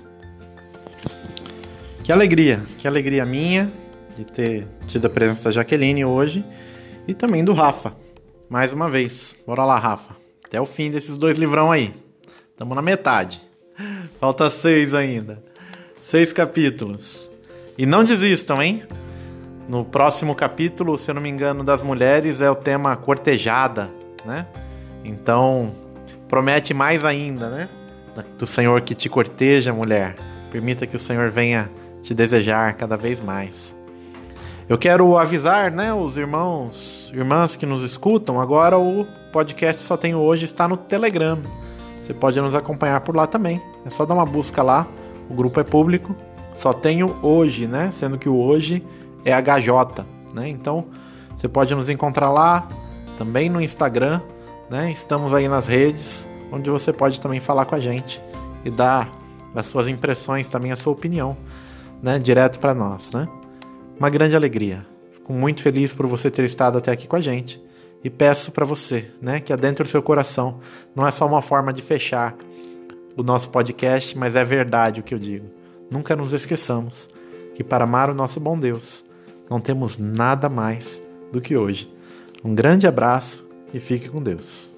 Que alegria minha de ter tido a presença da Jaqueline hoje e também do Rafa, mais uma vez. Bora lá, Rafa, até o fim desses 2 livrão aí. Estamos na metade. Falta 6 ainda. 6 capítulos. E não desistam, hein? No próximo capítulo, se eu não me engano, das mulheres, é o tema cortejada, né? Então, promete mais ainda, né? Do Senhor que te corteja, mulher. Permita que o Senhor venha te desejar cada vez mais. Eu quero avisar, né, os irmãs que nos escutam, agora o podcast Só Tenho Hoje está no Telegram. Você pode nos acompanhar por lá também. É só dar uma busca lá. O grupo é público. Só Tenho Hoje, né? Sendo que o hoje é HJ, né? Então, você pode nos encontrar lá, também no Instagram, né? Estamos aí nas redes, onde você pode também falar com a gente e dar as suas impressões, também a sua opinião, né? Direto para nós, né? Uma grande alegria. Fico muito feliz por você ter estado até aqui com a gente. E peço para você, né, que adentre o seu coração. Não é só uma forma de fechar o nosso podcast, mas é verdade o que eu digo. Nunca nos esqueçamos que para amar o nosso bom Deus, não temos nada mais do que hoje. Um grande abraço e fique com Deus.